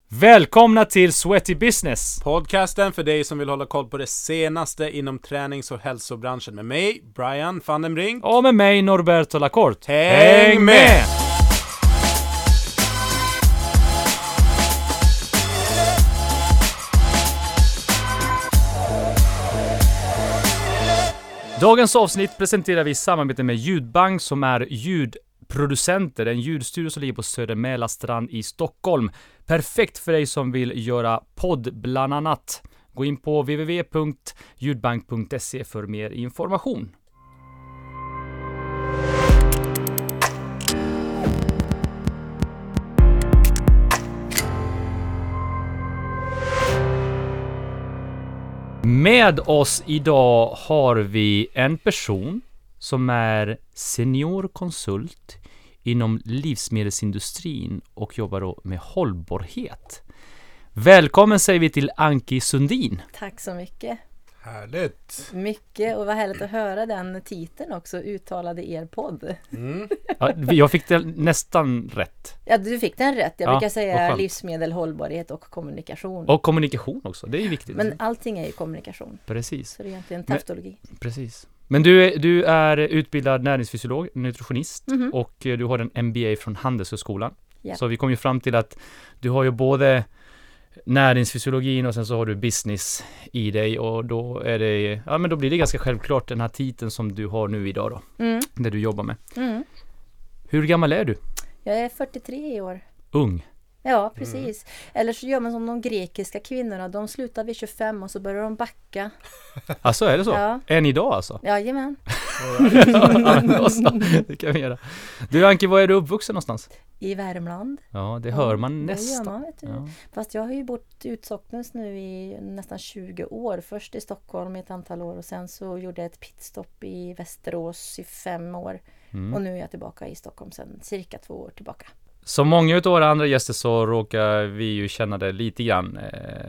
Välkomna till Sweaty Business! Podcasten för dig som vill hålla koll på det senaste inom tränings- och hälsobranschen med mig, Brian van den Brink. Och med mig, Norberto Lacorte. Häng med! Dagens avsnitt presenterar vi i samarbete med Ljudbank som är ljudproducenter. En ljudstudio som ligger på Söder Mälarstrand i Stockholm. Perfekt för dig som vill göra podd bland annat. Gå in på www.ljudbank.se för mer information. Med oss idag har vi en person som är seniorkonsult inom livsmedelsindustrin och jobbar då med hållbarhet. Välkommen säger vi till Anki Sundin. Tack så mycket. Härligt. Mycket, och vad härligt att höra den titeln också, uttalade er podd. Ja, jag fick det nästan rätt. Ja, du fick den rätt. Jag Ja, brukar vad säga skönt. livsmedel, hållbarhet och kommunikation. Och kommunikation också, det är ju viktigt. Men allting är ju kommunikation. Precis. Så det är egentligen taftologi. Precis. Men du är utbildad näringsfysiolog, nutritionist Mhm. och du har en MBA från Handelshögskolan. Ja. Så vi kom ju fram till att du har ju både näringsfysiologin och sen så har du business i dig och då är det, ja men då blir det ganska självklart den här titeln som du har nu idag då, det du jobbar med. Mm. Hur gammal är du? Jag är 43 i år. Ung. Ja, precis. Eller så gör man som de grekiska kvinnorna. De slutar vid 25 och så börjar de backa. Alltså är det så? Ja. Än idag alltså? Jajamän. Det kan vi göra. Du Anki, var är du uppvuxen någonstans? I Värmland. Ja, det hör man det gör nästan. man, vet du. Ja. Fast jag har ju bott utsocknes nu i nästan 20 år. Först i Stockholm i ett antal år och sen så gjorde jag ett pitstop i Västerås i 5 år. Och nu är jag tillbaka i Stockholm sedan cirka 2 år tillbaka. Som många av våra andra gäster så råkar vi ju känna det lite grann.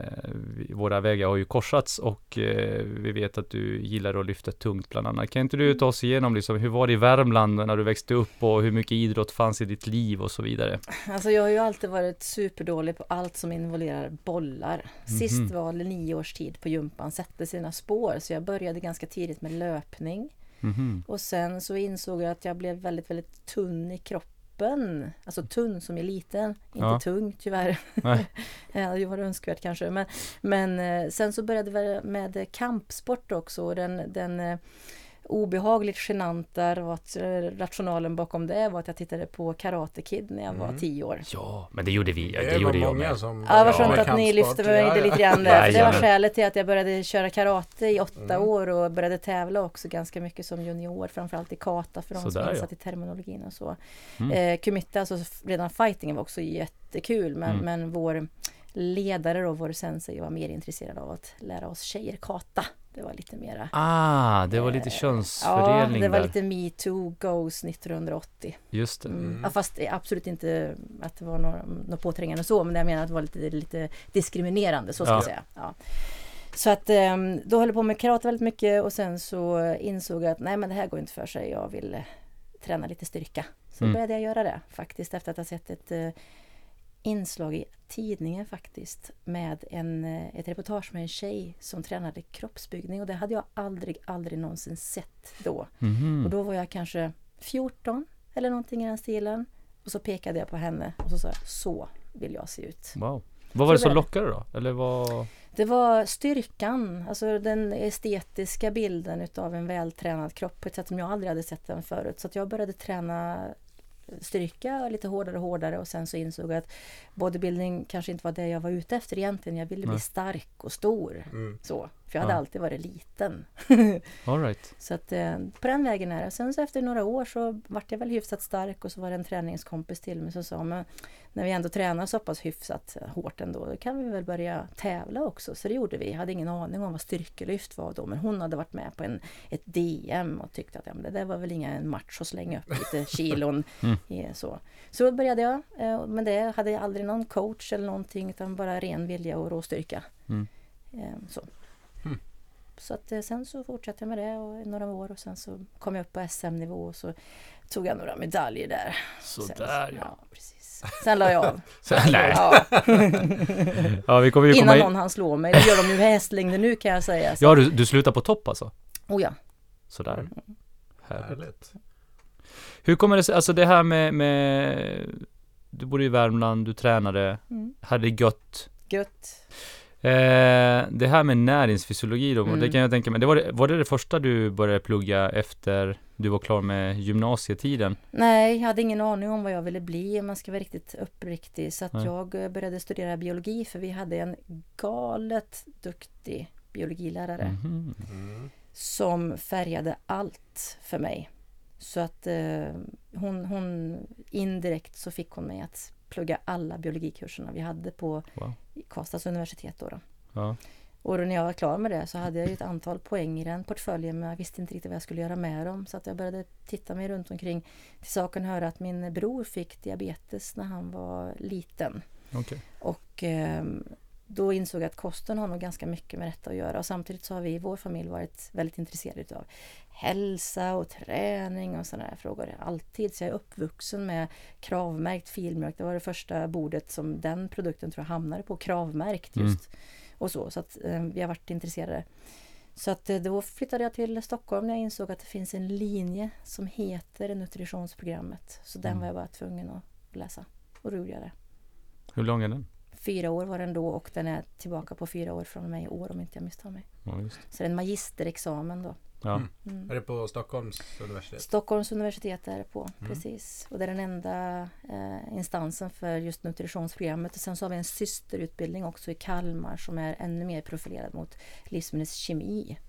Våra vägar har ju korsats och vi vet att du gillar att lyfta tungt bland annat. Kan inte du ta oss igenom liksom, hur var det i Värmland när du växte upp och hur mycket idrott fanns i ditt liv och så vidare? Alltså jag har ju alltid varit superdålig på allt som involverar bollar. Sist var det 9 års tid på gympan, sätter sina spår. Så jag började ganska tidigt med löpning. Och sen så insåg jag att jag blev väldigt, väldigt tunn i kroppen. Alltså tunn som är liten, inte tung tyvärr. Det var önskvärt kanske. Men sen så började jag med kampsport också. Och den obehagligt genanta rationalen bakom det var att jag tittade på Karate Kid när jag var 10 år. Ja, men det gjorde vi. Det Det gjorde jag många med. som Ja, vad skönt med att ni kampsport. lyfte mig lite grann där. För det var Jajamän. skälet till att jag började köra karate i 8 år och började tävla också ganska mycket som junior. Framförallt i kata för de som Sådär, är ja. insatt i terminologin och så. Kumite, alltså redan fightingen var också jättekul. Men vår ledare och vår sensei var mer intresserad av att lära oss tjejer kata. Det var lite mera... Det var lite könsfördelning Ja, det var där. lite Me Too Goes 1980. Just det. Ja, fast absolut inte att det var något påträngande så, men jag menar att det var lite diskriminerande, så ska jag säga. Ja. Så att då höll jag på med karate väldigt mycket och sen så insåg jag att nej, men det här går inte för sig. Jag vill träna lite styrka. Så började jag göra det faktiskt efter att ha sett ett inslag i tidningen faktiskt med ett reportage med en tjej som tränade kroppsbyggning och det hade jag aldrig någonsin sett då. Och då var jag kanske 14 eller någonting i den stilen och så pekade jag på henne och så sa jag, så vill jag se ut. Wow. Vad var det som lockade då? Eller vad... Det var styrkan, alltså den estetiska bilden utav en vältränad kropp på ett sätt som jag aldrig hade sett den förut. Så att jag började träna styrka lite hårdare och sen så insåg jag att bodybuilding kanske inte var det jag var ute efter egentligen. Jag ville bli stark och stor. Så, för jag hade alltid varit liten. All right. Så att på den vägen är det. Sen så efter några år så vart jag väl hyfsat stark och så var det en träningskompis till mig som sa, men när vi ändå tränar så pass hyfsat hårt ändå, då kan vi väl börja tävla också. Så det gjorde vi. Jag hade ingen aning om vad styrkelyft var då, men hon hade varit med på ett DM och tyckte att ja, men det där var väl ingen match att slänga upp lite kilon. Så då började jag, men det hade jag aldrig någon coach eller någonting, utan bara ren vilja och råstyrka. Så att sen så fortsatte jag med det och några år och sen så kom jag upp på SM-nivå och så tog jag några medaljer där. Så där, ja. Ja, precis. precis. Sen la jag av. Nej. Ja. Ja, vi kommer ju Innan någon han slår mig. Det gör de ju hästlängder nu kan jag säga. Så. Ja, du slutar på topp alltså? Oh ja. Sådär. Härligt. Hur kommer det sig, alltså det här med du bor i Värmland, du tränade, hade det gött. Gött. Det här med näringsfysiologi då, det kan jag tänka mig. Var det första du började plugga efter du var klar med gymnasietiden? Nej, jag hade ingen aning om vad jag ville bli om man ska vara riktigt uppriktig. Så att jag började studera biologi för vi hade en galet duktig biologilärare som färgade allt för mig. Så att hon indirekt så fick hon mig att plugga alla biologikurserna vi hade på Karlstads universitet då. Ja. Och när jag var klar med det så hade jag ju ett antal poäng i den portföljen, men jag visste inte riktigt vad jag skulle göra med dem. Så att jag började titta mig runt omkring. Till saken hör att min bror fick diabetes när han var liten. Okay. Och då insåg jag att kosten har nog ganska mycket med detta att göra. Och samtidigt så har vi i vår familj varit väldigt intresserade av hälsa och träning och sådana här frågor. Alltid. Så jag är uppvuxen med kravmärkt filmjölk. Det var det första bordet som den produkten tror jag hamnade på. Kravmärkt just. Och så att vi har varit intresserade. Så att då flyttade jag till Stockholm när jag insåg att det finns en linje som heter nutritionsprogrammet. Så den var jag bara tvungen att läsa. Och då gjorde jag det. Hur lång är den? 4 år var den då och den är tillbaka på 4 år från mig i år om inte jag misstar mig. Ja, just. Så det är en magisterexamen då. Ja. Är det på Stockholms universitet? Stockholms universitet är det på, precis. Och det är den enda instansen för just nutritionsprogrammet. Och sen så har vi en systerutbildning också i Kalmar som är ännu mer profilerad mot livsmedelskemi.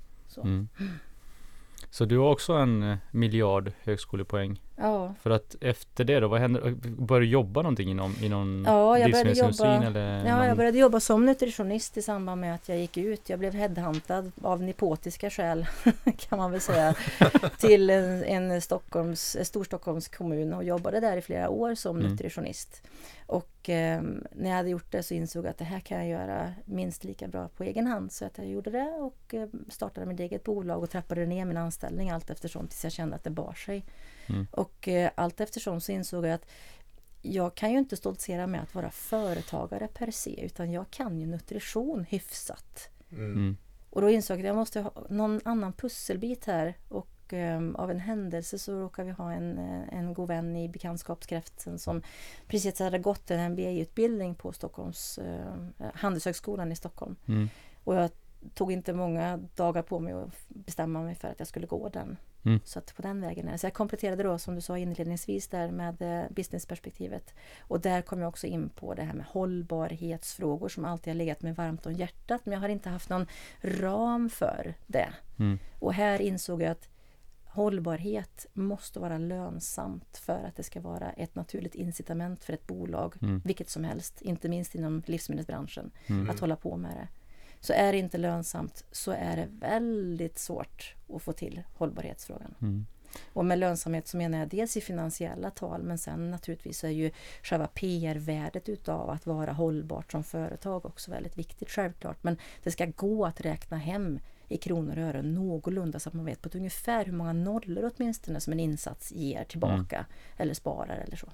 Så du har också en miljard högskolepoäng. Ja. För att efter det då, vad händer? Började du jobba någonting inom livsmedelsindustrin? Jag började jobba som nutritionist i samband med att jag gick ut. Jag blev headhuntad av nepotiska skäl kan man väl säga till en Storstockholms kommun och jobbade där i flera år som nutritionist. Och när jag hade gjort det så insåg jag att det här kan jag göra minst lika bra på egen hand. Så att jag gjorde det och startade mitt eget bolag och trappade ner min anställning allt eftersom tills jag kände att det bar sig. Och allt eftersom så insåg jag att jag kan ju inte stoltsera med att vara företagare per se utan jag kan ju nutrition hyfsat. Och då insåg jag att jag måste ha någon annan pusselbit här och av en händelse så råkar vi ha en god vän i bekantskapskretsen som precis hade gått en MBA-utbildning på Stockholms Handelshögskolan i Stockholm. Och jag tog inte många dagar på mig att bestämma mig för att jag skulle gå den. Så att på den vägen är det. Så jag kompletterade då som du sa inledningsvis där med businessperspektivet. Och där kom jag också in på det här med hållbarhetsfrågor som alltid har legat mig varmt om hjärtat. Men jag har inte haft någon ram för det. Och här insåg jag att hållbarhet måste vara lönsamt för att det ska vara ett naturligt incitament för ett bolag, vilket som helst, inte minst inom livsmedelsbranschen, att hålla på med det. Så är det inte lönsamt så är det väldigt svårt att få till hållbarhetsfrågan. Och med lönsamhet så menar jag dels i finansiella tal men sen naturligtvis är ju själva PR-värdet utav att vara hållbart som företag också väldigt viktigt självklart. Men det ska gå att räkna hem i kronor och ören någorlunda så att man vet på ett ungefär hur många nollor åtminstone som en insats ger tillbaka eller sparar eller så.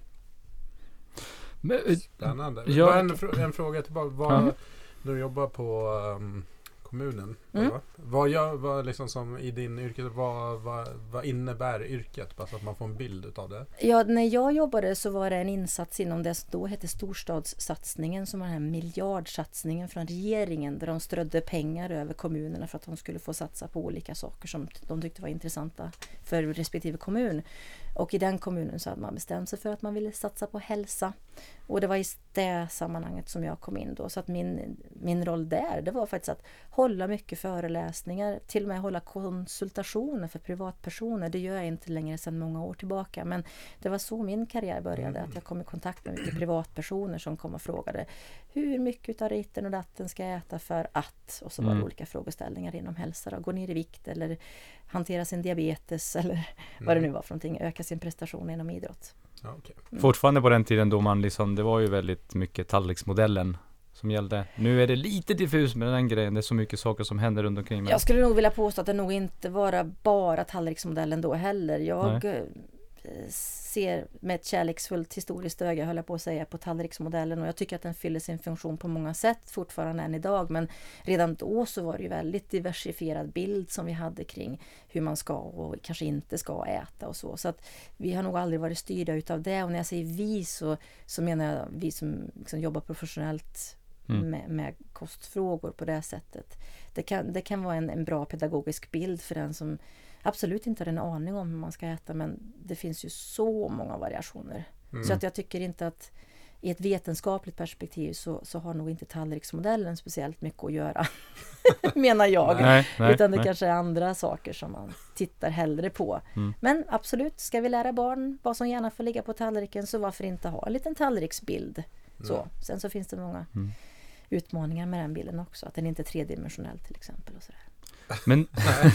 Spännande. Ja. En fråga tillbaka. När du jobbar på kommunen, vad liksom som i din yrke, vad innebär yrket? Bara så att man får en bild utav det. Ja, när jag jobbade så var det en insats inom det som då hette storstadssatsningen som var den här miljardsatsningen från regeringen där de strödde pengar över kommunerna för att de skulle få satsa på olika saker som de tyckte var intressanta för respektive kommun. Och i den kommunen så hade man bestämt sig för att man ville satsa på hälsa. Och det var i det sammanhanget som jag kom in då. Så att min roll där, det var faktiskt att hålla mycket föreläsningar. Till och med hålla konsultationer för privatpersoner. Det gör jag inte längre sedan många år tillbaka. Men det var så min karriär började. Att jag kom i kontakt med mycket privatpersoner som kom och frågade hur mycket av ritten och datten ska jag äta för att? Och så var det olika frågeställningar inom hälsa. Då. Gå ner i vikt eller hantera sin diabetes eller vad det nu var för någonting. Öka sin prestation inom idrott. Ja, okay. Fortfarande på den tiden då man liksom, det var ju väldigt mycket tallriksmodellen som gällde. Nu är det lite diffus med den grejen. Det är så mycket saker som händer runt omkring. Men... Jag skulle nog vilja påstå att det nog inte var bara tallriksmodellen då heller. ser med ett kärleksfullt historiskt öga, höll jag på att säga, på tallriksmodellen, och jag tycker att den fyller sin funktion på många sätt fortfarande än idag, men redan då så var det ju väldigt diversifierad bild som vi hade kring hur man ska och kanske inte ska äta och så att vi har nog aldrig varit styrda utav det, och när jag säger vi så menar jag vi som liksom jobbar professionellt med kostfrågor på det sättet. Det kan vara en bra pedagogisk bild för den som absolut inte har en aning om hur man ska äta, men det finns ju så många variationer. Så att jag tycker inte att i ett vetenskapligt perspektiv så har nog inte tallriksmodellen speciellt mycket att göra, menar jag. Nej, utan det kanske är andra saker som man tittar hellre på. Men absolut, ska vi lära barn vad som gärna får ligga på tallriken, så varför inte ha en liten tallriksbild? Sen så finns det många utmaningar med den bilden också, att den inte är tredimensionell till exempel och sådär. Men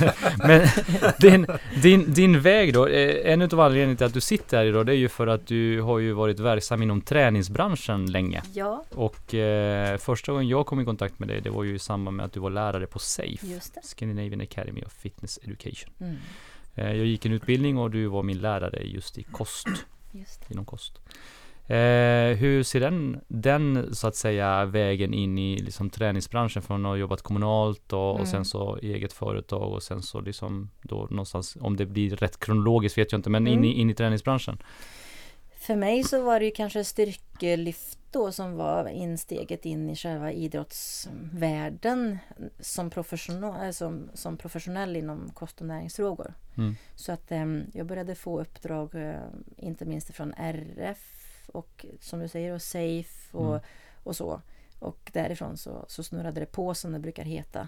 din väg då, en av anledningarna till att du sitter här idag, det är ju för att du har ju varit verksam inom träningsbranschen länge. Ja. Och första gången jag kom i kontakt med dig, det var ju i samband med att du var lärare på SAFE, Scandinavian Academy of Fitness Education. Jag gick en utbildning och du var min lärare just i kost, inom kost. Hur ser den så att säga vägen in i liksom träningsbranschen, från att ha jobbat kommunalt och sen så eget företag och sen så liksom då någonstans, om det blir rätt kronologiskt vet jag inte, men in i träningsbranschen? För mig så var det ju kanske styrkelyft då som var insteget in i själva idrottsvärlden som professionell inom kost- och näringsfrågor. Så att jag började få uppdrag inte minst från RF och som du säger och SAFE och så. Och därifrån så snurrade det på, som det brukar heta,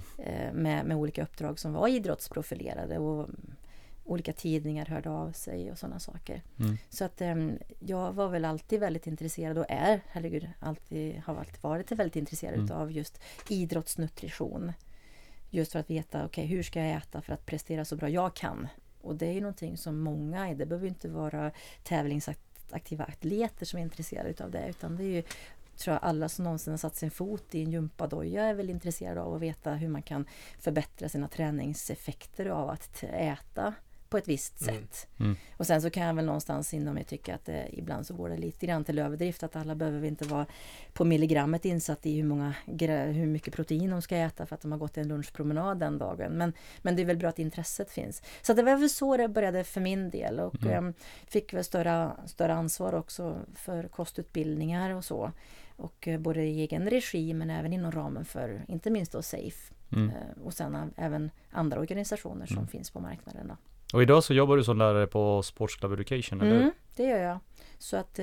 med olika uppdrag som var idrottsprofilerade, och olika tidningar hörde av sig och sådana saker. Så att jag var väl alltid väldigt intresserad och har alltid varit väldigt intresserad av just idrottsnutrition. Just för att veta, hur ska jag äta för att prestera så bra jag kan? Och det är ju någonting som många, det behöver inte vara tävlingsaktiva atleter som är intresserade av det, utan det är ju, tror jag, alla som någonsin har satt sin fot i en gympadoja är väl intresserade av att veta hur man kan förbättra sina träningseffekter av att äta på ett visst sätt. Och sen så kan jag väl någonstans inom mig tycka att ibland så går det lite grann till överdrift, att alla behöver inte vara på milligrammet insatt i hur mycket protein de ska äta för att de har gått en lunchpromenad den dagen. Men det är väl bra att intresset finns. Så det var väl så det började för min del, och fick väl större ansvar också för kostutbildningar och så. Och både i egen regi men även inom ramen för inte minst då SAFE och sen även andra organisationer som finns på marknaden då. Och idag så jobbar du som lärare på Sports Club Education, eller? Det gör jag. Så att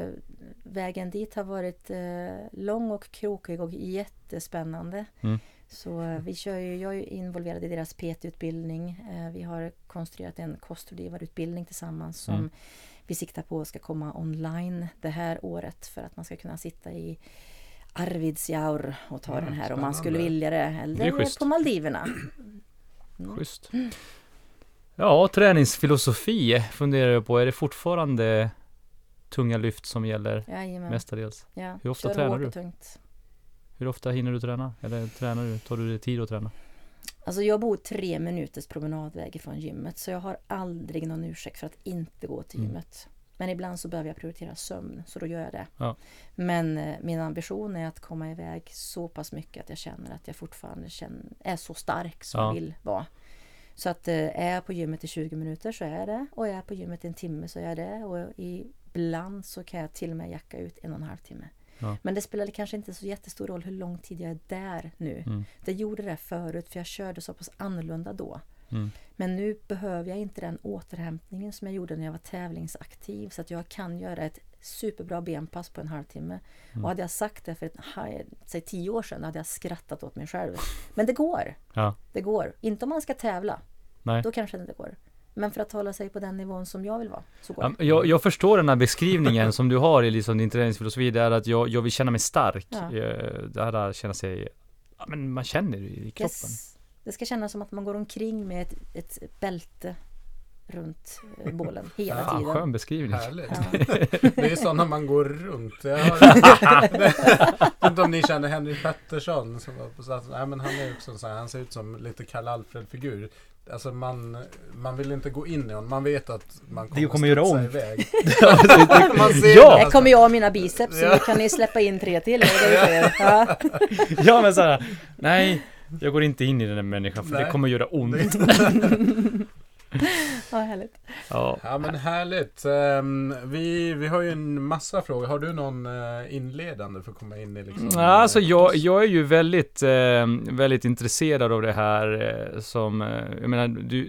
vägen dit har varit lång och krokig och jättespännande. Så jag är involverad i deras PT-utbildning. Vi har konstruerat en kostrådgivarutbildning tillsammans som vi siktar på ska komma online det här året, för att man ska kunna sitta i Arvidsjaur och ta den här om man skulle vilja det. Eller på Maldiverna. Schysst. Ja, träningsfilosofi funderar jag på. Är det fortfarande tunga lyft som gäller mestadels? Ja, hur ofta tränar du? Tungt. Hur ofta hinner du träna? Eller tränar du? Tar du dig tid att träna? Alltså jag bor 3 minuters promenadväg från gymmet, så jag har aldrig någon ursäkt för att inte gå till gymmet. Men ibland så behöver jag prioritera sömn, så då gör jag det. Ja. Men min ambition är att komma iväg så pass mycket att jag känner att jag fortfarande är så stark som jag vill vara. Så att är jag på gymmet i 20 minuter så är det. Och är jag på gymmet i 1 timme så är jag det. Och ibland så kan jag till och med jacka ut 1,5 timme. Ja. Men det spelar kanske inte så jättestor roll hur lång tid jag är där nu. Det gjorde det förut, för jag körde så pass annorlunda då. Men nu behöver jag inte den återhämtningen som jag gjorde när jag var tävlingsaktiv. Så att jag kan göra ett superbra benpass på 1,5 timme. Och hade jag sagt det för 10 år sedan hade jag skrattat åt mig själv. Men det går. Ja. Det går. Inte om man ska tävla. Nej. Då kanske det inte går. Men för att hålla sig på den nivån som jag vill vara, så går det. Jag förstår den här beskrivningen som du har i liksom din träningsfilosofi. Det är att jag vill känna mig stark. Ja. Det här att känna sig... Ja, men man känner det i kroppen. Yes. Det ska kännas som att man går omkring med ett bälte runt bålen hela tiden. Skön beskrivning. Härligt. Ja. Det är så när man går runt. Jag vet inte om ni känner Henrik Pettersson. Men han är också så här, han ser ut som lite Karl Alfred-figur. Alltså man vill inte gå in i honom. Man vet att man kommer göra ont. Iväg. Man ser ja. Här kommer jag och mina biceps, så kan ni släppa in 3 till. Ja. Ja, men såhär, nej, jag går inte in i den här människan för det kommer göra ont. Ja, härligt. Ja, men härligt. Vi har ju en massa frågor. Har du någon inledande för att komma in i liksom? Ja, alltså jag är ju väldigt intresserad av det här som, jag menar,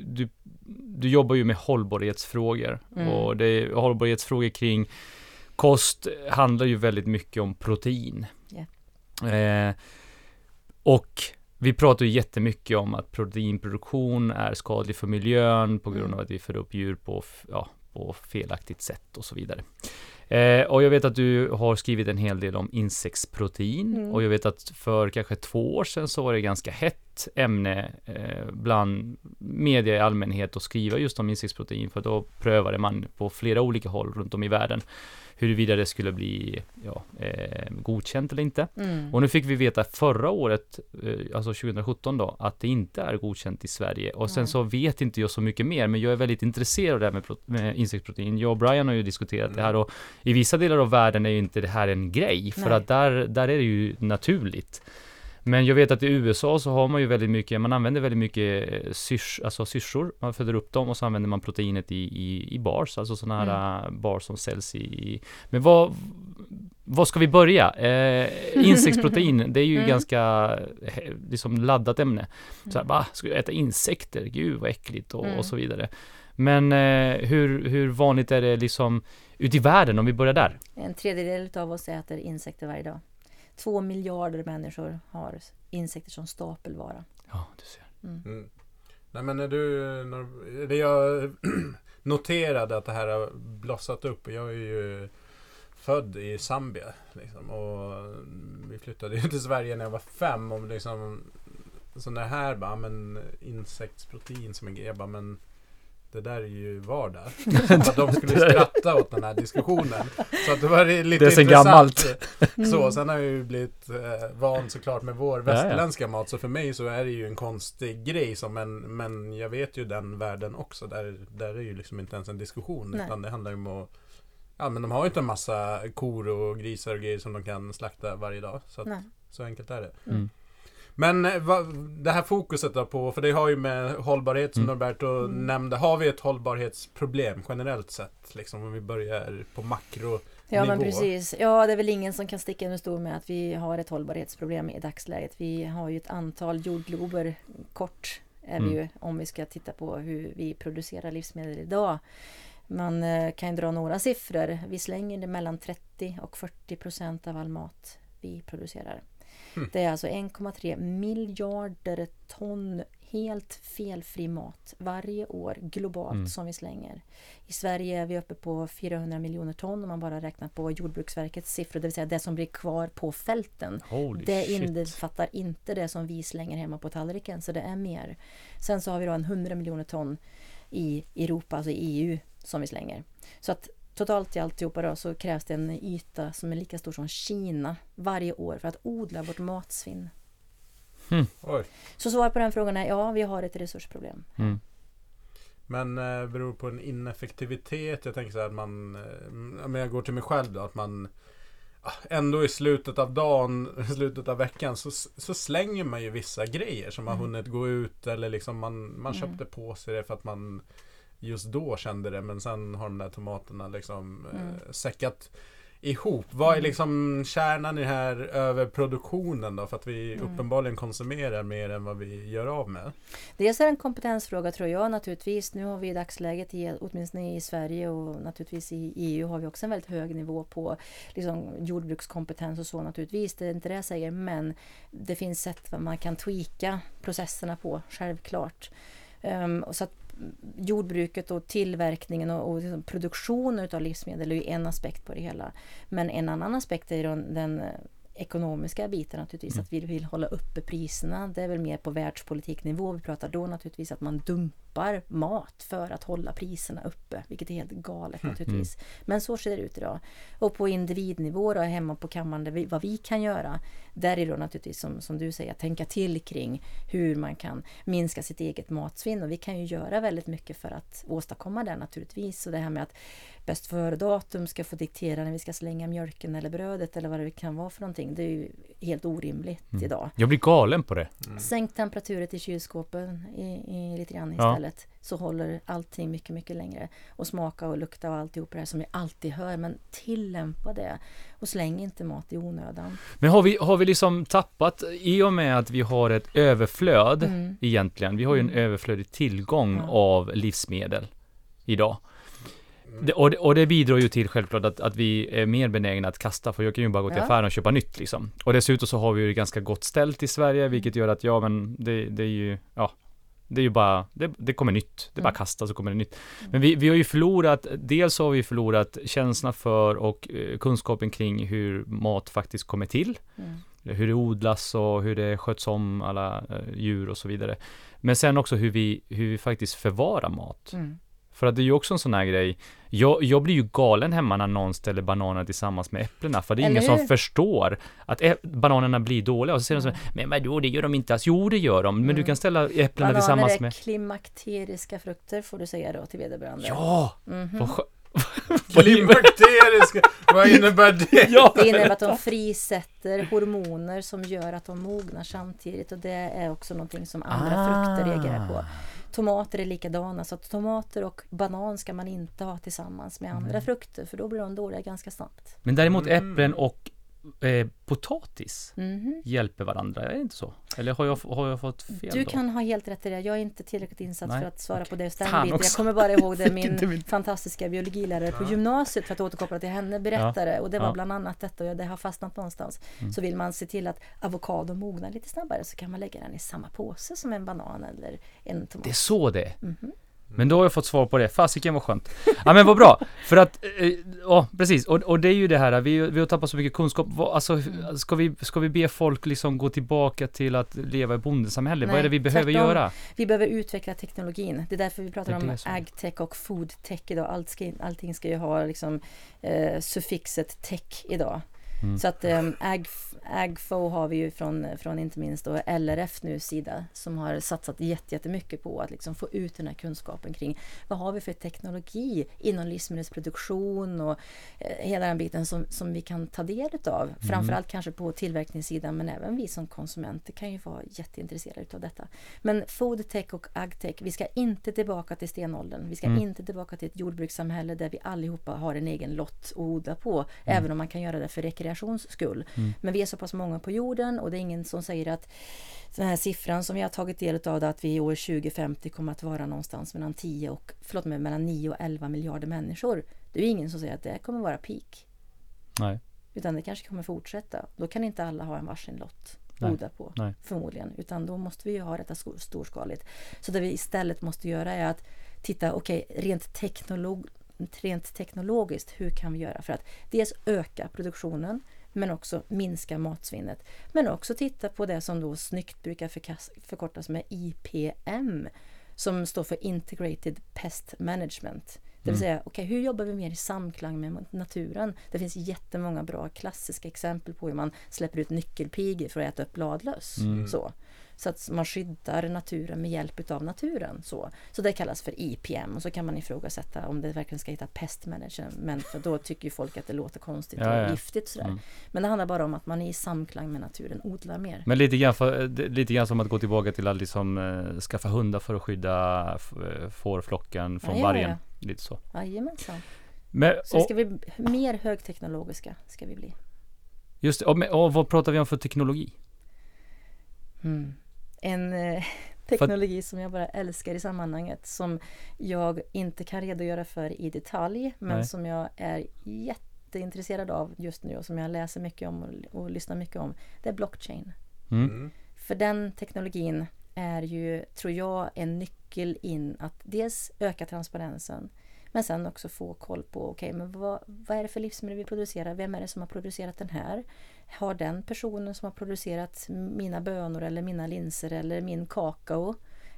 du jobbar ju med hållbarhetsfrågor och hållbarhetsfrågor kring kost handlar ju väldigt mycket om protein. Yeah. Och vi pratar ju jättemycket om att proteinproduktion är skadlig för miljön på grund av att vi för upp djur på felaktigt sätt och så vidare. Och jag vet att du har skrivit en hel del om insektsprotein och jag vet att för kanske 2 år sedan så var det ganska hett ämne bland media i allmänhet att skriva just om insektsprotein, för då prövade man på flera olika håll runt om i världen huruvida det skulle bli godkänt eller inte. Och nu fick vi veta förra året, alltså 2017 då, att det inte är godkänt i Sverige. Och sen så vet inte jag så mycket mer, men jag är väldigt intresserad av det här med insektsprotein. Jag och Brian har ju diskuterat det här och i vissa delar av världen är ju inte det här en grej, för att där är det ju naturligt. Men jag vet att i USA så har man ju väldigt mycket, man använder väldigt mycket syrsor, man föder upp dem och så använder man proteinet i bars, alltså sådana här bars som säljs i. Men vad ska vi börja? Insektsprotein, det är ju ganska liksom laddat ämne. Så här, ska jag äta insekter? Gud vad äckligt och så vidare. Men hur vanligt är det liksom ute i världen, om vi börjar där? 1/3 av oss äter insekter varje dag. 2 miljarder människor har insekter som stapelvara. Ja, du ser. Nej, men jag noterade att det här har blossat upp. Jag är ju född i Zambia liksom, och vi flyttade till Sverige när jag var 5 och liksom så när här bara, men insektsprotein som en grej, jag bara, men det där är ju vardag. Att de skulle skratta åt den här diskussionen. Så att det var lite det är intressant. Gammalt. Så, sen har jag ju blivit van såklart med vår västerländska mat. Så för mig så är det ju en konstig grej. Men jag vet ju den världen också. Där är ju liksom inte ens en diskussion. Nej. Utan det handlar ju om att... Ja, men de har ju inte en massa kor och grisar och grejer som de kan slakta varje dag. Så enkelt är det. Men det här fokuset då på, för det har ju med hållbarhet som Norberto nämnde, har vi ett hållbarhetsproblem generellt sett, liksom om vi börjar på makronivå? Ja, men precis. Ja, det är väl ingen som kan sticka under stol med att vi har ett hållbarhetsproblem i dagsläget. Vi har ju ett antal jordglober, kort är vi ju, om vi ska titta på hur vi producerar livsmedel idag. Man kan ju dra några siffror. Vi slänger det mellan 30 och 40% av all mat vi producerar. Det är alltså 1,3 miljarder ton helt felfri mat varje år globalt som vi slänger. I Sverige är vi uppe på 400 miljoner ton om man bara räknar på Jordbruksverkets siffror, det vill säga det som blir kvar på fälten. Det innefattar inte det som vi slänger hemma på tallriken, så det är mer. Sen så har vi då 100 miljoner ton i Europa, alltså i EU, som vi slänger. Så att totalt i alltihopa då, så krävs det en yta som är lika stor som Kina varje år för att odla vårt matsvinn. Så svar på den frågan är ja, vi har ett resursproblem. Men beror på en ineffektivitet? Jag tänker så här att men jag går till mig själv då, att man ändå i slutet av dagen, slutet av veckan så slänger man ju vissa grejer som har hunnit gå ut, eller liksom man köpte på sig det för att man just då kände det, men sen har de där tomaterna liksom säckat ihop. Vad är liksom kärnan i det här överproduktionen då? För att vi uppenbarligen konsumerar mer än vad vi gör av med. Dels är det en kompetensfråga, tror jag, naturligtvis. Nu har vi i dagsläget, åtminstone i Sverige och naturligtvis i EU, har vi också en väldigt hög nivå på liksom jordbrukskompetens och så naturligtvis. Det är inte det jag säger, men det finns sätt vad man kan tweaka processerna på, självklart. Så att jordbruket och tillverkningen och liksom produktionen av livsmedel är ju en aspekt på det hela. Men en annan aspekt är den ekonomiska biten naturligtvis, att vi vill hålla uppe priserna. Det är väl mer på världspolitiknivå. Vi pratar då naturligtvis att man dumpar mat för att hålla priserna uppe, vilket är helt galet naturligtvis. Men så ser det ut idag. Och på individnivå då, hemma på kammaren, vad vi kan göra, där är då naturligtvis som du säger, att tänka till kring hur man kan minska sitt eget matsvinn. Och vi kan ju göra väldigt mycket för att åstadkomma det naturligtvis. Så det här med att bäst före datum ska få diktera när vi ska slänga mjölken eller brödet eller vad det kan vara för någonting. Det är ju helt orimligt idag. Jag blir galen på det. Sänk temperaturen i kylskåpen i lite grann istället. Så håller allting mycket, mycket längre. Och smaka och lukta och alltihop det här som vi alltid hör. Men tillämpa det. Och släng inte mat i onödan. Men har vi liksom tappat, i och med att vi har ett överflöd egentligen. Vi har ju en överflödig tillgång av livsmedel idag. Och det bidrar ju till självklart att vi är mer benägna att kasta, för jag kan ju bara gå till affären och köpa nytt liksom. Och dessutom så har vi ju ganska gott ställt i Sverige, vilket gör att det är ju bara, det kommer nytt. Det är bara kasta så kommer det nytt. Men vi har ju förlorat, dels har vi förlorat känslan för och kunskapen kring hur mat faktiskt kommer till. Hur det odlas och hur det sköts om alla djur och så vidare. Men sen också hur vi faktiskt förvarar mat. För att det är ju också en sån här grej. Jag blir ju galen hemma när någon ställer bananer tillsammans med äpplena. För det är ingen som förstår att bananerna blir dåliga. Och så säger de så, men vadå, det gör de inte alls. Jo, det gör de. Men du kan ställa äpplena bananer tillsammans med... Bananer är klimakteriska frukter, får du säga då till vederbörande. Ja! Klimakteriska, vad innebär det? Det innebär att de frisätter hormoner som gör att de mognar samtidigt. Och det är också någonting som andra frukter reagerar på. Tomater är likadana, så att tomater och banan ska man inte ha tillsammans med andra frukter, för då blir de dåliga ganska snabbt. Men däremot äpplen och potatis hjälper varandra, är det inte så? Eller har jag fått fel Du då? kan ha helt rätt i det. Jag är inte tillräckligt insatt för att svara på det. Jag kommer bara ihåg det min fantastiska biologilärare på gymnasiet, för att återkoppla till henne, berättade. Och det var bland annat detta, och det har fastnat någonstans. Så vill man se till att avokado mognar lite snabbare, så kan man lägga den i samma påse som en banan eller en tomat. Det är så det. Men då har jag fått svar på det. Fasiken var skönt. Ja, men vad bra. För att, precis. Och det är ju det här, vi har tappat så mycket kunskap. Alltså, ska vi be folk liksom gå tillbaka till att leva i bondesamhälle? Vad är det vi behöver göra? Vi behöver utveckla teknologin. Det är därför vi pratar om agtech och foodtech idag. Allting ska ju ha liksom, suffixet tech idag. Så att Agfo har vi ju från inte minst då LRF nu sida, som har satsat jättemycket på att liksom få ut den här kunskapen kring vad har vi för teknologi inom livsmedelsproduktion och hela den biten som vi kan ta del av. Framförallt kanske på tillverkningssidan, men även vi som konsumenter kan ju vara jätteintresserade av detta. Men foodtech och agtech, vi ska inte tillbaka till stenåldern. Vi ska inte tillbaka till ett jordbrukssamhälle där vi allihopa har en egen lott att odla på, även om man kan göra det för rekreationsskull. Men vi är så pass många på jorden, och det är ingen som säger att den här siffran som vi har tagit del av, att vi i år 2050 kommer att vara någonstans mellan 9 och 11 miljarder människor. Det är ingen som säger att det kommer vara peak. Nej. Utan det kanske kommer fortsätta. Då kan inte alla ha en varsin lott odla på, förmodligen. Utan då måste vi ju ha detta storskaligt. Så det vi istället måste göra är att titta, rent teknologiskt, hur kan vi göra för att dels öka produktionen, men också minska matsvinnet. Men också titta på det som då snyggt brukar förkortas med IPM, som står för Integrated Pest Management. Det vill säga, hur jobbar vi mer i samklang med naturen? Det finns jättemånga bra klassiska exempel på hur man släpper ut nyckelpigor för att äta upp bladlöss. Så att man skyddar naturen med hjälp av naturen. Så det kallas för IPM. Och så kan man ifrågasätta om det verkligen ska heta pest management. För då tycker ju folk att det låter konstigt och giftigt. Sådär. Men det handlar bara om att man är i samklang med naturen, odlar mer. Men lite grann som att gå tillbaka till att liksom, skaffa hundar för att skydda fårflocken från vargen. Lite så. Jajamensan. Så ska vi mer högteknologiska ska vi bli. Just det. Och vad pratar vi om för teknologi? En teknologi som jag bara älskar i sammanhanget, som jag inte kan redogöra för i detalj, men som jag är jätteintresserad av just nu och som jag läser mycket om och lyssnar mycket om, det är blockchain. För den teknologin är ju, tror jag, en nyckel in att dels öka transparensen, men sen också få koll på, men vad är det för livsmedel vi producerar? Vem är det som har producerat den här? har den personen som har producerat mina bönor eller mina linser eller min kakao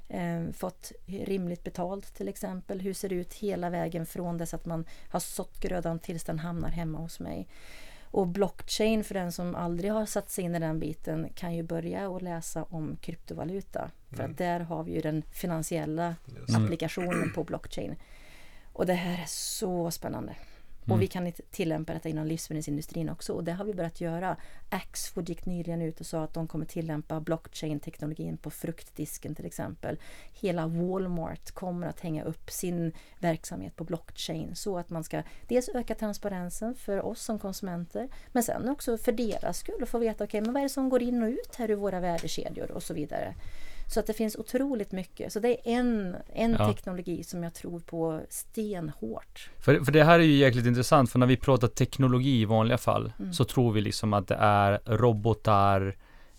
fått rimligt betalt till exempel? Hur ser det ut hela vägen från dess att man har sått grödan tills den hamnar hemma hos mig? Och blockchain, för den som aldrig har satt sig in i den biten, kan ju börja och läsa om kryptovaluta. För att där har vi ju den finansiella applikationen på blockchain. Och det här är så spännande. Och vi kan tillämpa detta inom livsmedelsindustrin också. Och det har vi börjat göra. Axfood gick nyligen ut och sa att de kommer tillämpa blockchain-teknologin på fruktdisken till exempel. Hela Walmart kommer att hänga upp sin verksamhet på blockchain. Så att man ska dels öka transparensen för oss som konsumenter. Men sen också för deras skull få veta men vad är det som går in och ut här ur våra värdekedjor och så vidare. Så att det finns otroligt mycket. Så det är en teknologi som jag tror på stenhårt. För det här är ju jäkligt intressant, för när vi pratar teknologi i vanliga fall så tror vi liksom att det är robotar,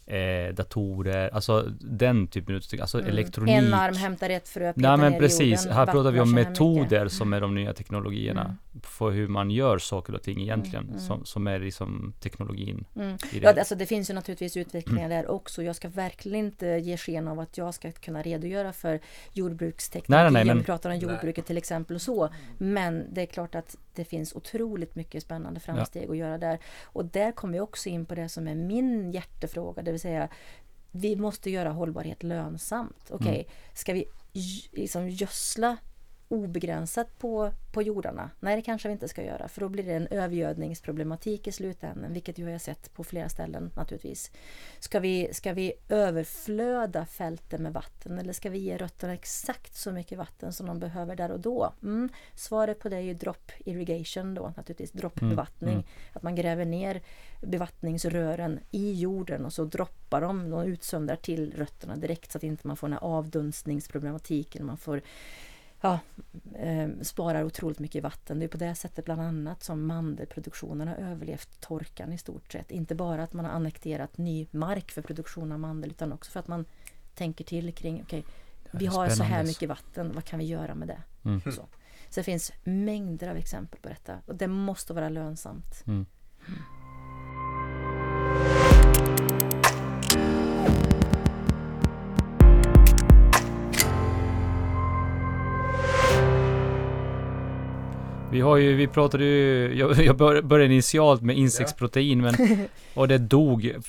datorer, alltså den typen av, alltså elektronik. En arm hämtar ett frö, Nej men ner precis, jorden, här pratar vi om metoder mycket. som är de nya teknologierna för hur man gör saker och ting egentligen, som är liksom teknologin. I det. Ja, alltså det finns ju naturligtvis utvecklingar där också. Jag ska verkligen inte ge sken av att jag ska kunna redogöra för jordbruksteknologi. Nej, men vi pratar om jordbruket till exempel och så. Men det är klart att det finns otroligt mycket spännande framsteg att göra där. Och där kommer vi också in på det som är min hjärtefråga, det vill säga vi måste göra hållbarhet lönsamt. Ska vi liksom gödsla obegränsat på jordarna? Nej, det kanske vi inte ska göra, för då blir det en övergödningsproblematik i slutändan, vilket ju har jag sett på flera ställen naturligtvis. Ska vi överflöda fälten med vatten, eller ska vi ge rötterna exakt så mycket vatten som de behöver där och då? Svaret på det är ju drop irrigation då, naturligtvis droppbevattning. Att man gräver ner bevattningsrören i jorden och så droppar de och utsöndrar till rötterna direkt, så att inte man får den här avdunstningsproblematiken. Man får sparar otroligt mycket vatten. Det är på det sättet bland annat som mandelproduktionen har överlevt torkan i stort sett. Inte bara att man har annekterat ny mark för produktion av mandel, utan också för att man tänker till kring vi har så här mycket vatten, vad kan vi göra med det? Så det finns mängder av exempel på detta, och det måste vara lönsamt. Vi pratade ju, jag började initialt med insektsprotein, men och det dog. Nej,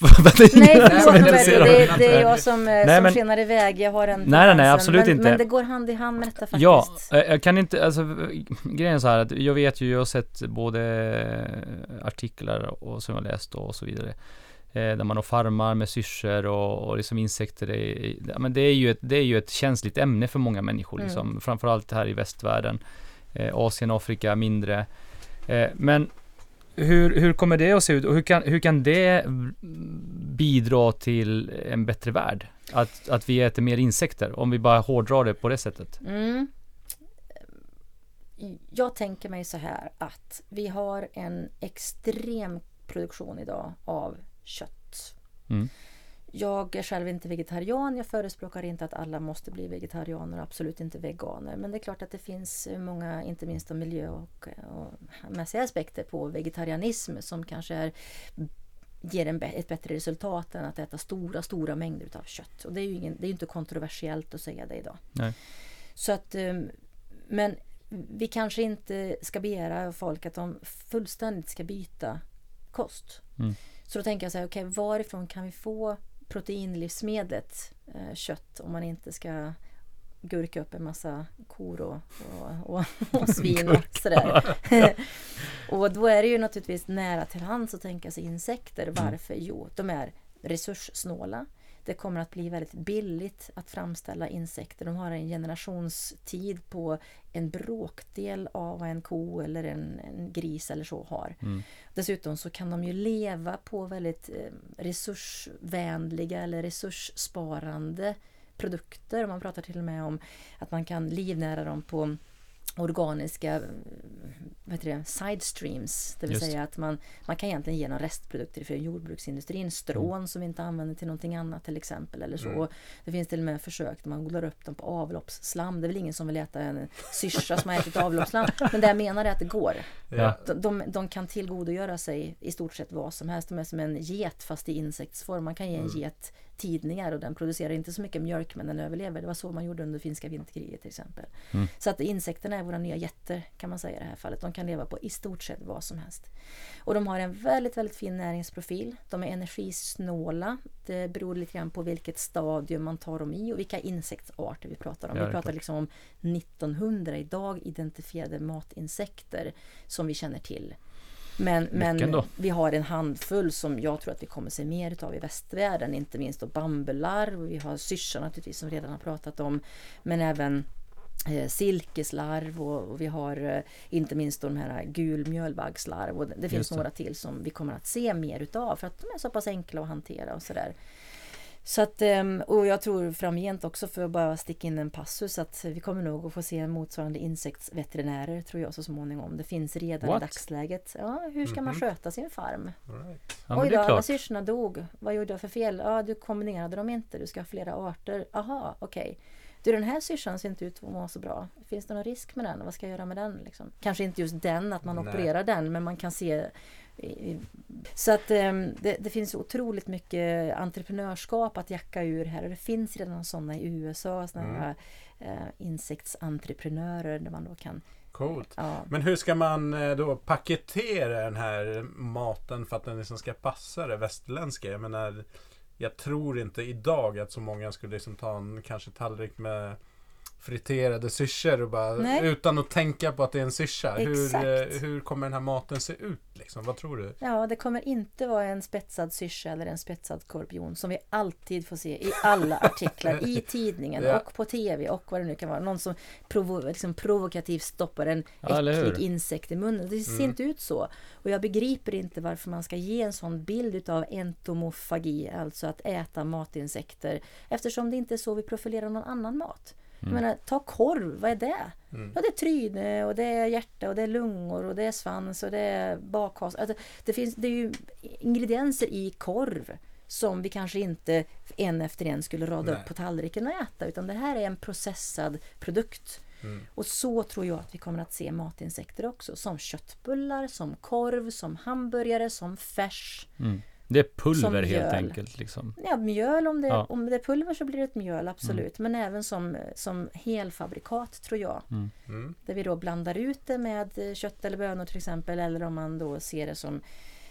det är jag som skenar iväg. Jag har en nej, absolut inte. Men det går hand i hand med detta faktiskt. Ja, jag kan inte, alltså grejen är så här att jag vet ju, jag har sett både artiklar och som jag läst och så vidare. Där man har farmar med syrsor och liksom insekter. Men det är ju ett känsligt ämne för många människor liksom, framförallt här i västvärlden. Asien, Afrika mindre. Men hur kommer det att se ut, och hur kan det bidra till en bättre värld? Att vi äter mer insekter, om vi bara hårdrar det på det sättet? Jag tänker mig så här, att vi har en extrem produktion idag av kött. Jag är själv inte vegetarian. Jag förespråkar inte att alla måste bli vegetarianer, och absolut inte veganer. Men det är klart att det finns många, inte minst miljö- och mässiga aspekter på vegetarianism som kanske ger ett bättre resultat än att äta stora mängder av kött. Och det är ju inte kontroversiellt att säga det idag. Nej. Så att, men vi kanske inte ska begära av folk att de fullständigt ska byta kost. Så då tänker jag så här, varifrån kan vi få proteinlivsmedlet kött, om man inte ska gurka upp en massa kor och svin och sådär. Och då är det ju naturligtvis nära till hands att tänka sig insekter. Varför? Jo, de är resurssnåla. Det kommer att bli väldigt billigt att framställa insekter. De har en generationstid på en bråkdel av vad en ko eller en gris eller så har. Dessutom så kan de ju leva på väldigt resursvänliga eller resurssparande produkter. Man pratar till och med om att man kan livnära dem på organiska side streams, det vill Just. säga att man kan egentligen ge några restprodukter från jordbruksindustrin, strån som vi inte använder till någonting annat till exempel eller så. Det finns till och med försök där man odlar upp dem på avloppsslam. Det är väl ingen som vill äta en syrsa som har ätit avloppsslam, men det jag menar är att det går. Ja. De kan tillgodogöra sig i stort sett vad som helst. De är som en get fast i insektsform. Man kan ge en get tidningar och den producerar inte så mycket mjölk men den överlever. Det var så man gjorde under finska vinterkriget till exempel. Så att insekterna är våra nya jätter kan man säga i det här fallet. De kan leva på i stort sett vad som helst. Och de har en väldigt, väldigt fin näringsprofil. De är energisnåla. Det beror lite grann på vilket stadium man tar dem i och vilka insektsarter vi pratar om. Ja, Vi pratar liksom om 1900 idag identifierade matinsekter som vi känner till. Men vi har en handfull som jag tror att vi kommer se mer utav i västvärlden, inte minst då bambularv, vi har syrsor naturligtvis som vi redan har pratat om, men även silkeslarv och vi har inte minst de här gulmjölbaggslarv och det finns några till som vi kommer att se mer utav för att de är så pass enkla att hantera och sådär. Så att, och jag tror framgent också, för att bara sticka in en passus, att vi kommer nog att få se motsvarande insektsveterinärer tror jag så småningom. Det finns redan i dagsläget. Ja, hur ska man sköta sin farm? Right. Ja, Oj det är då, klart. alla syrsorna dog. Vad gjorde jag för fel? Ja, du kombinerade dem inte. Du ska ha flera arter. Aha, okej. Du, den här syrsan ser inte ut att må så bra. Finns det någon risk med den? Vad ska jag göra med den? Liksom? Kanske inte just den, att man opererar den, men man kan se... Så att det finns otroligt mycket entreprenörskap att jacka ur här. Och det finns redan sådana i USA, sådana här insektsentreprenörer där man då kan... Coolt. Ja. Men hur ska man då paketera den här maten för att den liksom ska passa det västerländska? Jag menar, jag tror inte idag att så många skulle liksom ta en kanske tallrik med friterade syrsor och bara utan att tänka på att det är en syrsa. Hur kommer den här maten se ut liksom? Vad tror du? Ja, det kommer inte vara en spetsad syrsa eller en spetsad skorpion som vi alltid får se i alla artiklar i tidningen och på tv och vad det nu kan vara. Någon som provokativt stoppar en äcklig insekt i munnen. Det ser inte ut så. Och jag begriper inte varför man ska ge en sån bild av entomofagi, alltså att äta matinsekter, eftersom det inte är så vi profilerar någon annan mat. Jag menar, ta korv, vad är det? Ja, det är tryne och det är hjärta och det är lungor och det är svans och det är bakhas. Alltså, det är ju ingredienser i korv som vi kanske inte en efter en skulle rada upp på tallriken och äta, utan det här är en processad produkt. Och så tror jag att vi kommer att se matinsekter också, som köttbullar, som korv, som hamburgare, som färs. Det är pulver helt enkelt liksom. Ja, mjöl, om det är pulver så blir det ett mjöl, absolut. Men även som helfabrikat tror jag. Där vi då blandar ut det med kött eller bönor till exempel, eller om man då ser det som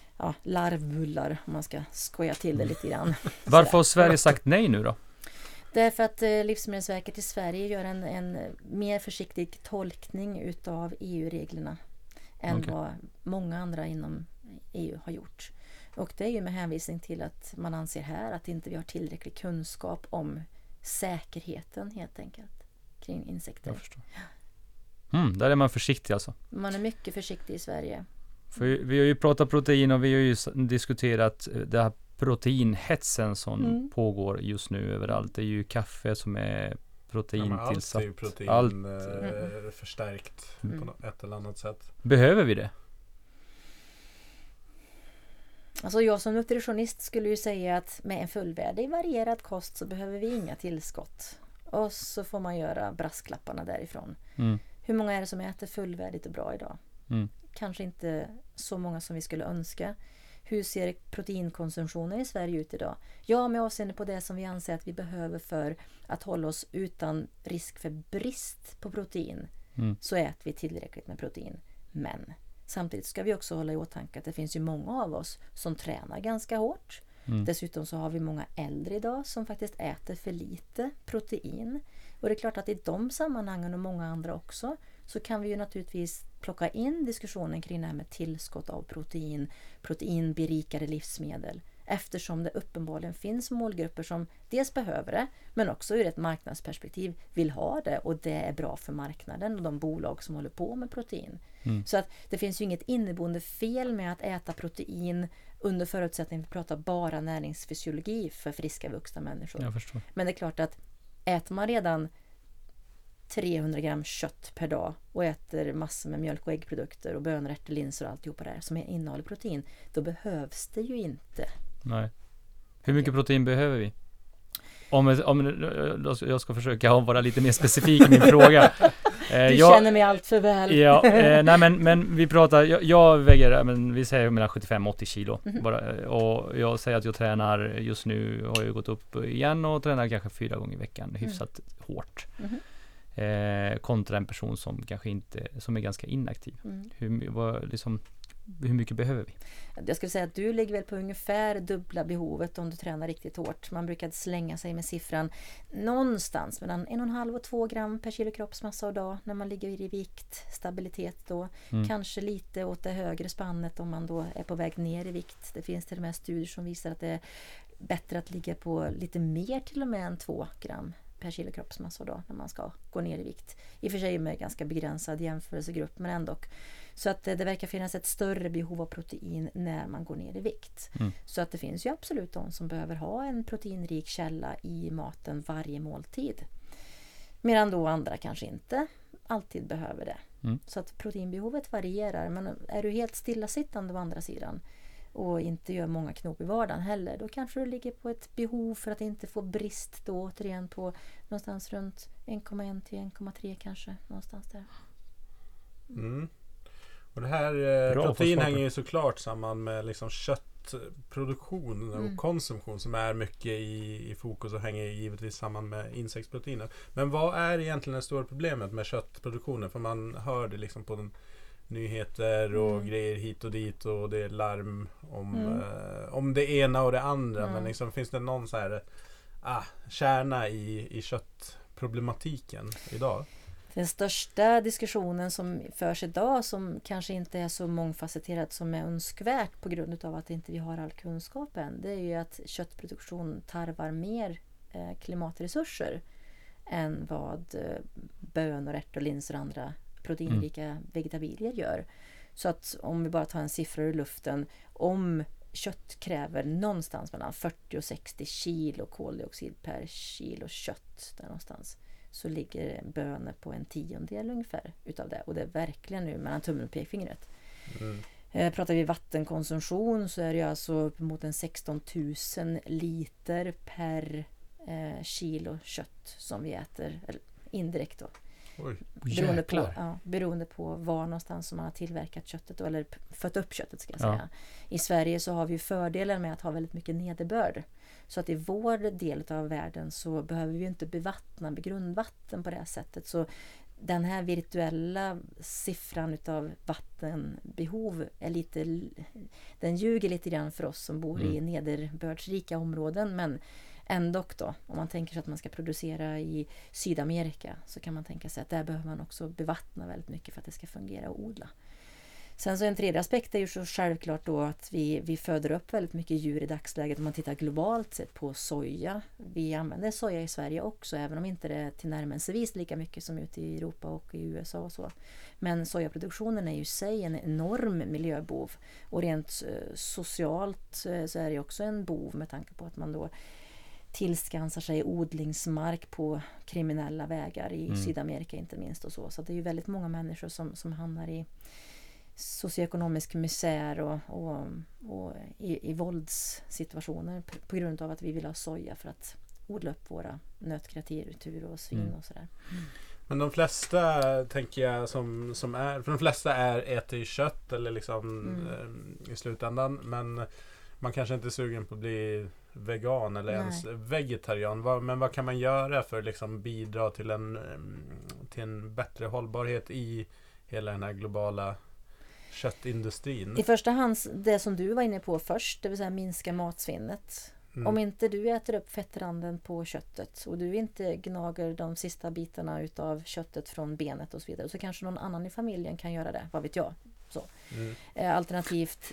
larvbullar, om man ska skoja till det lite grann. Varför har Sverige sagt nej nu då? Därför att Livsmedelsverket i Sverige gör en mer försiktig tolkning utav EU-reglerna än vad många andra inom EU har gjort. Och det är ju med hänvisning till att man anser här att inte vi har tillräcklig kunskap om säkerheten helt enkelt kring insekter. Jag förstår. Där är man försiktig alltså. Man är mycket försiktig i Sverige. För vi har ju pratat protein och vi har ju diskuterat det här proteinhetsen som pågår just nu överallt. Det är ju kaffe som är proteintillsatt. Allt är ju protein förstärkt på ett eller annat sätt. Behöver vi det? Alltså jag som nutritionist skulle ju säga att med en fullvärdig varierad kost så behöver vi inga tillskott. Och så får man göra brasklapparna därifrån. Hur många är det som äter fullvärdigt och bra idag? Kanske inte så många som vi skulle önska. Hur ser proteinkonsumtionen i Sverige ut idag? Ja, med avseende på det som vi anser att vi behöver för att hålla oss utan risk för brist på protein, så äter vi tillräckligt med protein. Men samtidigt ska vi också hålla i åtanke att det finns ju många av oss som tränar ganska hårt. Dessutom så har vi många äldre idag som faktiskt äter för lite protein. Och det är klart att i de sammanhangen och många andra också så kan vi ju naturligtvis plocka in diskussionen kring det här med tillskott av proteinberikade livsmedel. Eftersom det uppenbarligen finns målgrupper som dels behöver det, men också ur ett marknadsperspektiv vill ha det, och det är bra för marknaden och de bolag som håller på med protein. Så att det finns ju inget inneboende fel med att äta protein under förutsättning att vi pratar bara näringsfysiologi för friska vuxna människor. Jag förstår. Men det är klart att äter man redan 300 gram kött per dag och äter massor med mjölk och äggprodukter och bönor, ärtor, linser och alltihopa där som innehåller protein, då behövs det ju inte. Nej. Hur mycket protein behöver vi? Om jag ska försöka vara lite mer specifik i min fråga. Du känner mig allt för väl. Ja, nej men vi pratar, jag väger, men vi säger mellan 75-80 kilo. Bara, och jag säger att jag tränar, just nu har jag gått upp igen och tränar kanske 4 gånger i veckan, hyfsat hårt. Kontra en person som kanske inte, som är ganska inaktiv. Hur mycket behöver vi? Jag skulle säga att du ligger väl på ungefär dubbla behovet om du tränar riktigt hårt. Man brukar slänga sig med siffran någonstans mellan 1,5 och 2 gram per kilo kroppsmassa och dag när man ligger i vikt, stabilitet då. Kanske lite åt det högre spannet om man då är på väg ner i vikt. Det finns till och med studier som visar att det är bättre att ligga på lite mer till och med än 2 gram per kilo kroppsmassa då när man ska gå ner i vikt. I och för sig med ganska begränsad jämförelsegrupp, men ändå. Så att det verkar finnas ett större behov av protein när man går ner i vikt. Så att det finns ju absolut de som behöver ha en proteinrik källa i maten varje måltid. Medan då andra kanske inte alltid behöver det. Så att proteinbehovet varierar. Men är du helt stillasittande å andra sidan och inte gör många knop i vardagen heller, då kanske du ligger på ett behov för att inte få brist då återigen på någonstans runt 1,1 till 1,3 kanske, någonstans där. Och det här protein hänger ju såklart samman med liksom köttproduktion och konsumtion som är mycket i fokus och hänger givetvis samman med insektsproteiner. Men vad är egentligen det stora problemet med köttproduktionen? För man hör det liksom på nyheter och grejer hit och dit och det är larm om det ena och det andra. Men liksom, finns det någon så här kärna i köttproblematiken idag? Den största diskussionen som förs idag, som kanske inte är så mångfacetterad som är önskvärt på grund av att inte vi har all kunskap än, det är ju att köttproduktion tarvar mer klimatresurser än vad bönor, ärtor, linser och andra proteinrika vegetabilier gör. Så att om vi bara tar en siffra ur luften, om kött kräver någonstans mellan 40 och 60 kilo koldioxid per kilo kött där någonstans, så ligger bönor på 1/10 ungefär utav det. Och det är verkligen nu mellan tummen och pekfingret. Pratar vi vattenkonsumtion så är det alltså uppemot 16 000 liter per kilo kött som vi äter, eller indirekt då. Beroende på var någonstans som man har tillverkat köttet då, eller fött upp köttet ska jag säga. I Sverige så har vi ju fördelen med att ha väldigt mycket nederbörd. Så att i vår del av världen så behöver vi ju inte bevattna med grundvatten på det här sättet. Så den här virtuella siffran utav vattenbehov är den ljuger lite grann för oss som bor i nederbördsrika områden, men ändå då, om man tänker sig att man ska producera i Sydamerika, så kan man tänka sig att där behöver man också bevattna väldigt mycket för att det ska fungera och odla. Sen så en tredje aspekt är ju så självklart då att vi föder upp väldigt mycket djur i dagsläget. Om man tittar globalt sett på soja. Vi använder soja i Sverige också, även om inte det är tillnärmelsevis lika mycket som ute i Europa och i USA och så. Men sojaproduktionen är ju i sig en enorm miljöbov. Och rent socialt så är det också en bov med tanke på att man då tillskansar sig odlingsmark på kriminella vägar i Sydamerika inte minst och så. Så det är ju väldigt många människor som hamnar i socioekonomisk misär och i våldssituationer på grund av att vi vill ha soja för att odla upp våra nötkreatur och svin och sådär. Men de flesta, tänker jag, som är, för de flesta äter ju kött eller liksom i slutändan, men man kanske inte är sugen på att bli vegan eller ens vegetarian. Men vad kan man göra för att liksom bidra till en bättre hållbarhet i hela den här globala köttindustrin? I första hand det som du var inne på först, det vill säga minska matsvinnet. Om inte du äter upp fettranden på köttet och du inte gnager de sista bitarna utav köttet från benet och så vidare, så kanske någon annan i familjen kan göra det, vad vet jag. Så. Alternativt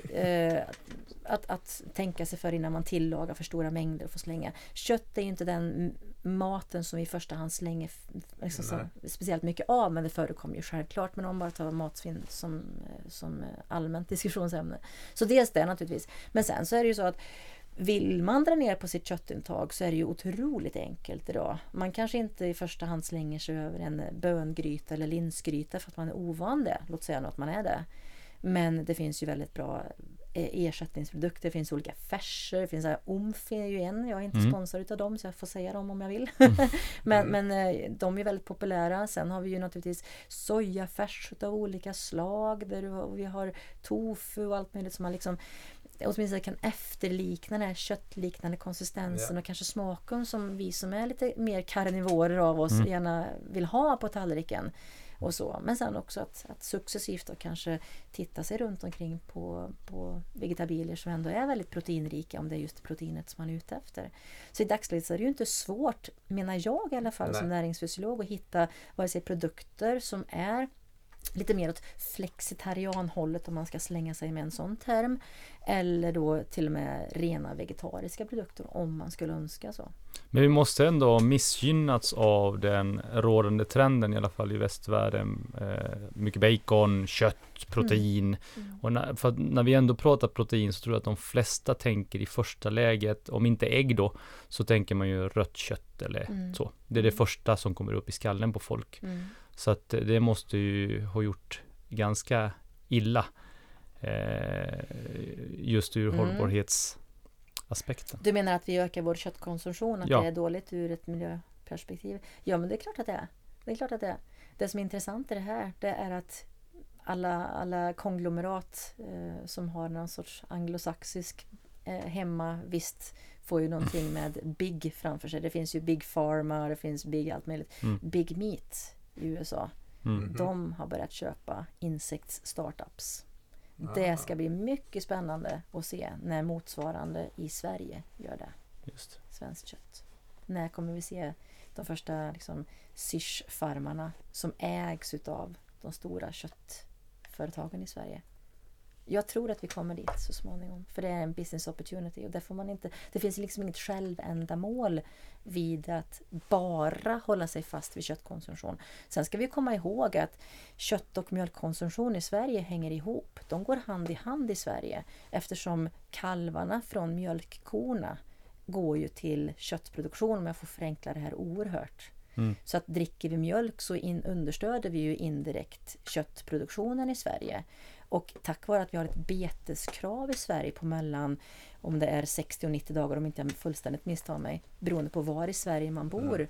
att tänka sig för innan man tillagar för stora mängder och får slänga. Kött är ju inte den maten som vi i första hand slänger liksom speciellt mycket av, men det förekommer ju självklart. Men om man bara tar matsvinn som allmänt diskussionsämne. Så dels det naturligtvis. Men sen så är det ju så att vill man dra ner på sitt köttintag så är det ju otroligt enkelt idag. Man kanske inte i första hand slänger sig över en böngryta eller linsgryta för att man är ovan det. Låt säga att man är det. Men det finns ju väldigt bra ersättningsprodukter. Det finns olika färser. Det finns så här, Omf är ju en. Jag är inte sponsor utav dem så jag får säga dem om jag vill. men de är väldigt populära. Sen har vi ju naturligtvis sojafärs av olika slag. Där vi har tofu och allt möjligt som man liksom åtminstone kan efterlikna den här köttliknande konsistensen och kanske smaken som vi som är lite mer karnivorer av oss gärna vill ha på tallriken. Och så. Men sen också att successivt och kanske titta sig runt omkring på vegetabilier som ändå är väldigt proteinrika om det är just proteinet som man är ute efter. Så i dagsläget så är det ju inte svårt, menar jag i alla fall som näringsfysiolog, att hitta vare sig produkter som är lite mer åt flexitarianhållet om man ska slänga sig med en sån term, eller då till och med rena vegetariska produkter om man skulle önska så. Men vi måste ändå ha missgynnats av den rådande trenden i alla fall i västvärlden. Mycket bacon, kött, protein. Och när vi ändå pratar protein så tror jag att de flesta tänker i första läget, om inte ägg då, så tänker man ju rött kött eller så. Det är det första som kommer upp i skallen på folk. Så att det måste ju ha gjort ganska illa just ur hållbarhetsaspekten. Du menar att vi ökar vår köttkonsumtion, att det är dåligt ur ett miljöperspektiv? Ja, men det är klart att det är. Det är klart att det är. Det som är intressant i det här, det är att alla konglomerat som har någon sorts anglosaxisk hemmavist får ju någonting med big framför sig. Det finns ju Big Pharma, det finns Big allt möjligt. Big Meat i USA. De har börjat köpa insekts-startups. Det ska bli mycket spännande att se när motsvarande i Sverige gör det. Just. Svenskt kött. När kommer vi se de första liksom, Sysch-farmarna som ägs utav de stora köttföretagen i Sverige? Jag tror att vi kommer dit så småningom. För det är en business opportunity. Och där får man inte, det finns liksom inget självändamål vid att bara hålla sig fast vid köttkonsumtion. Sen ska vi komma ihåg att kött- och mjölkkonsumtion i Sverige hänger ihop. De går hand i hand i Sverige. Eftersom kalvarna från mjölkkorna går ju till köttproduktion, om jag får förenkla det här oerhört. Så att dricker vi mjölk så understöder vi ju indirekt köttproduktionen i Sverige. Och tack vare att vi har ett beteskrav i Sverige på mellan, om det är 60 och 90 dagar, om inte jag fullständigt misstar mig, beroende på var i Sverige man bor,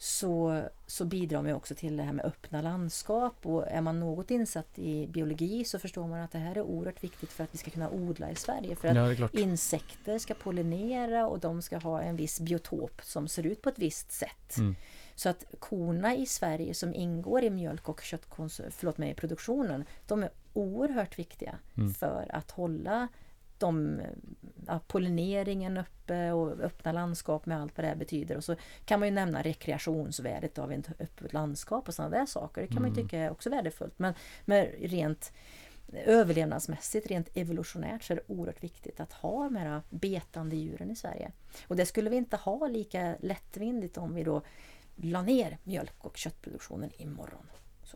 så bidrar man också till det här med öppna landskap. Och är man något insatt i biologi så förstår man att det här är oerhört viktigt för att vi ska kunna odla i Sverige. För att insekter ska pollinera och de ska ha en viss biotop som ser ut på ett visst sätt. Så att korna i Sverige som ingår i mjölk- och produktionen, de är oerhört viktiga för att hålla pollineringen uppe och öppna landskap med allt vad det betyder. Och så kan man ju nämna rekreationsvärdet av ett öppet landskap och sådana där saker. Det kan man ju tycka är också värdefullt. Men rent överlevnadsmässigt, rent evolutionärt så är det oerhört viktigt att ha de här betande djuren i Sverige. Och det skulle vi inte ha lika lättvindigt om vi då la ner mjölk- och köttproduktionen imorgon. Så.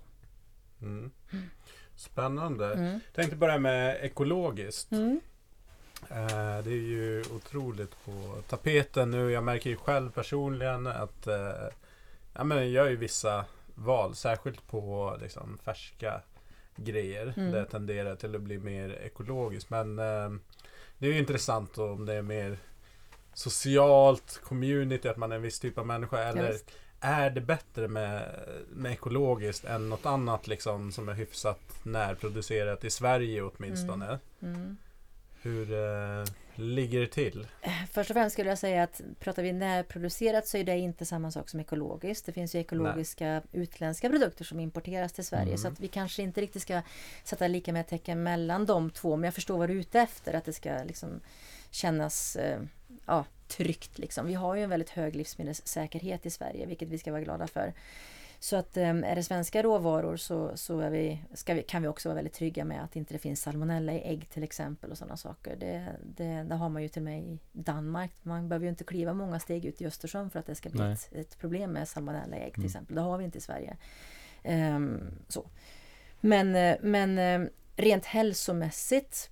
Spännande. Tänkte bara med ekologiskt. Det är ju otroligt på tapeten nu. Jag märker ju själv personligen att jag gör ju vissa val, särskilt på liksom, färska grejer. Det tenderar till att bli mer ekologiskt. Men det är ju intressant om det är mer socialt, community, att man är en viss typ av människa. Eller är det bättre med ekologiskt än något annat liksom, som är hyfsat närproducerat i Sverige åtminstone? Hur ligger det till? Först och främst skulle jag säga att pratar vi närproducerat så är det inte samma sak som ekologiskt. Det finns ju ekologiska utländska produkter som importeras till Sverige. Så att vi kanske inte riktigt ska sätta lika med tecken mellan de två. Men jag förstår vad du är ute efter. Att det ska liksom kännas tryggt. Liksom. Vi har ju en väldigt hög livsmedelssäkerhet i Sverige, vilket vi ska vara glada för. Så att är det svenska råvaror så kan vi också vara väldigt trygga med att inte det finns salmonella i ägg till exempel och sådana saker. Det har man ju till och med i Danmark. Man behöver ju inte kliva många steg ut i Östersjön för att det ska bli ett problem med salmonella i ägg till exempel. Det har vi inte i Sverige. Så. Men rent hälsomässigt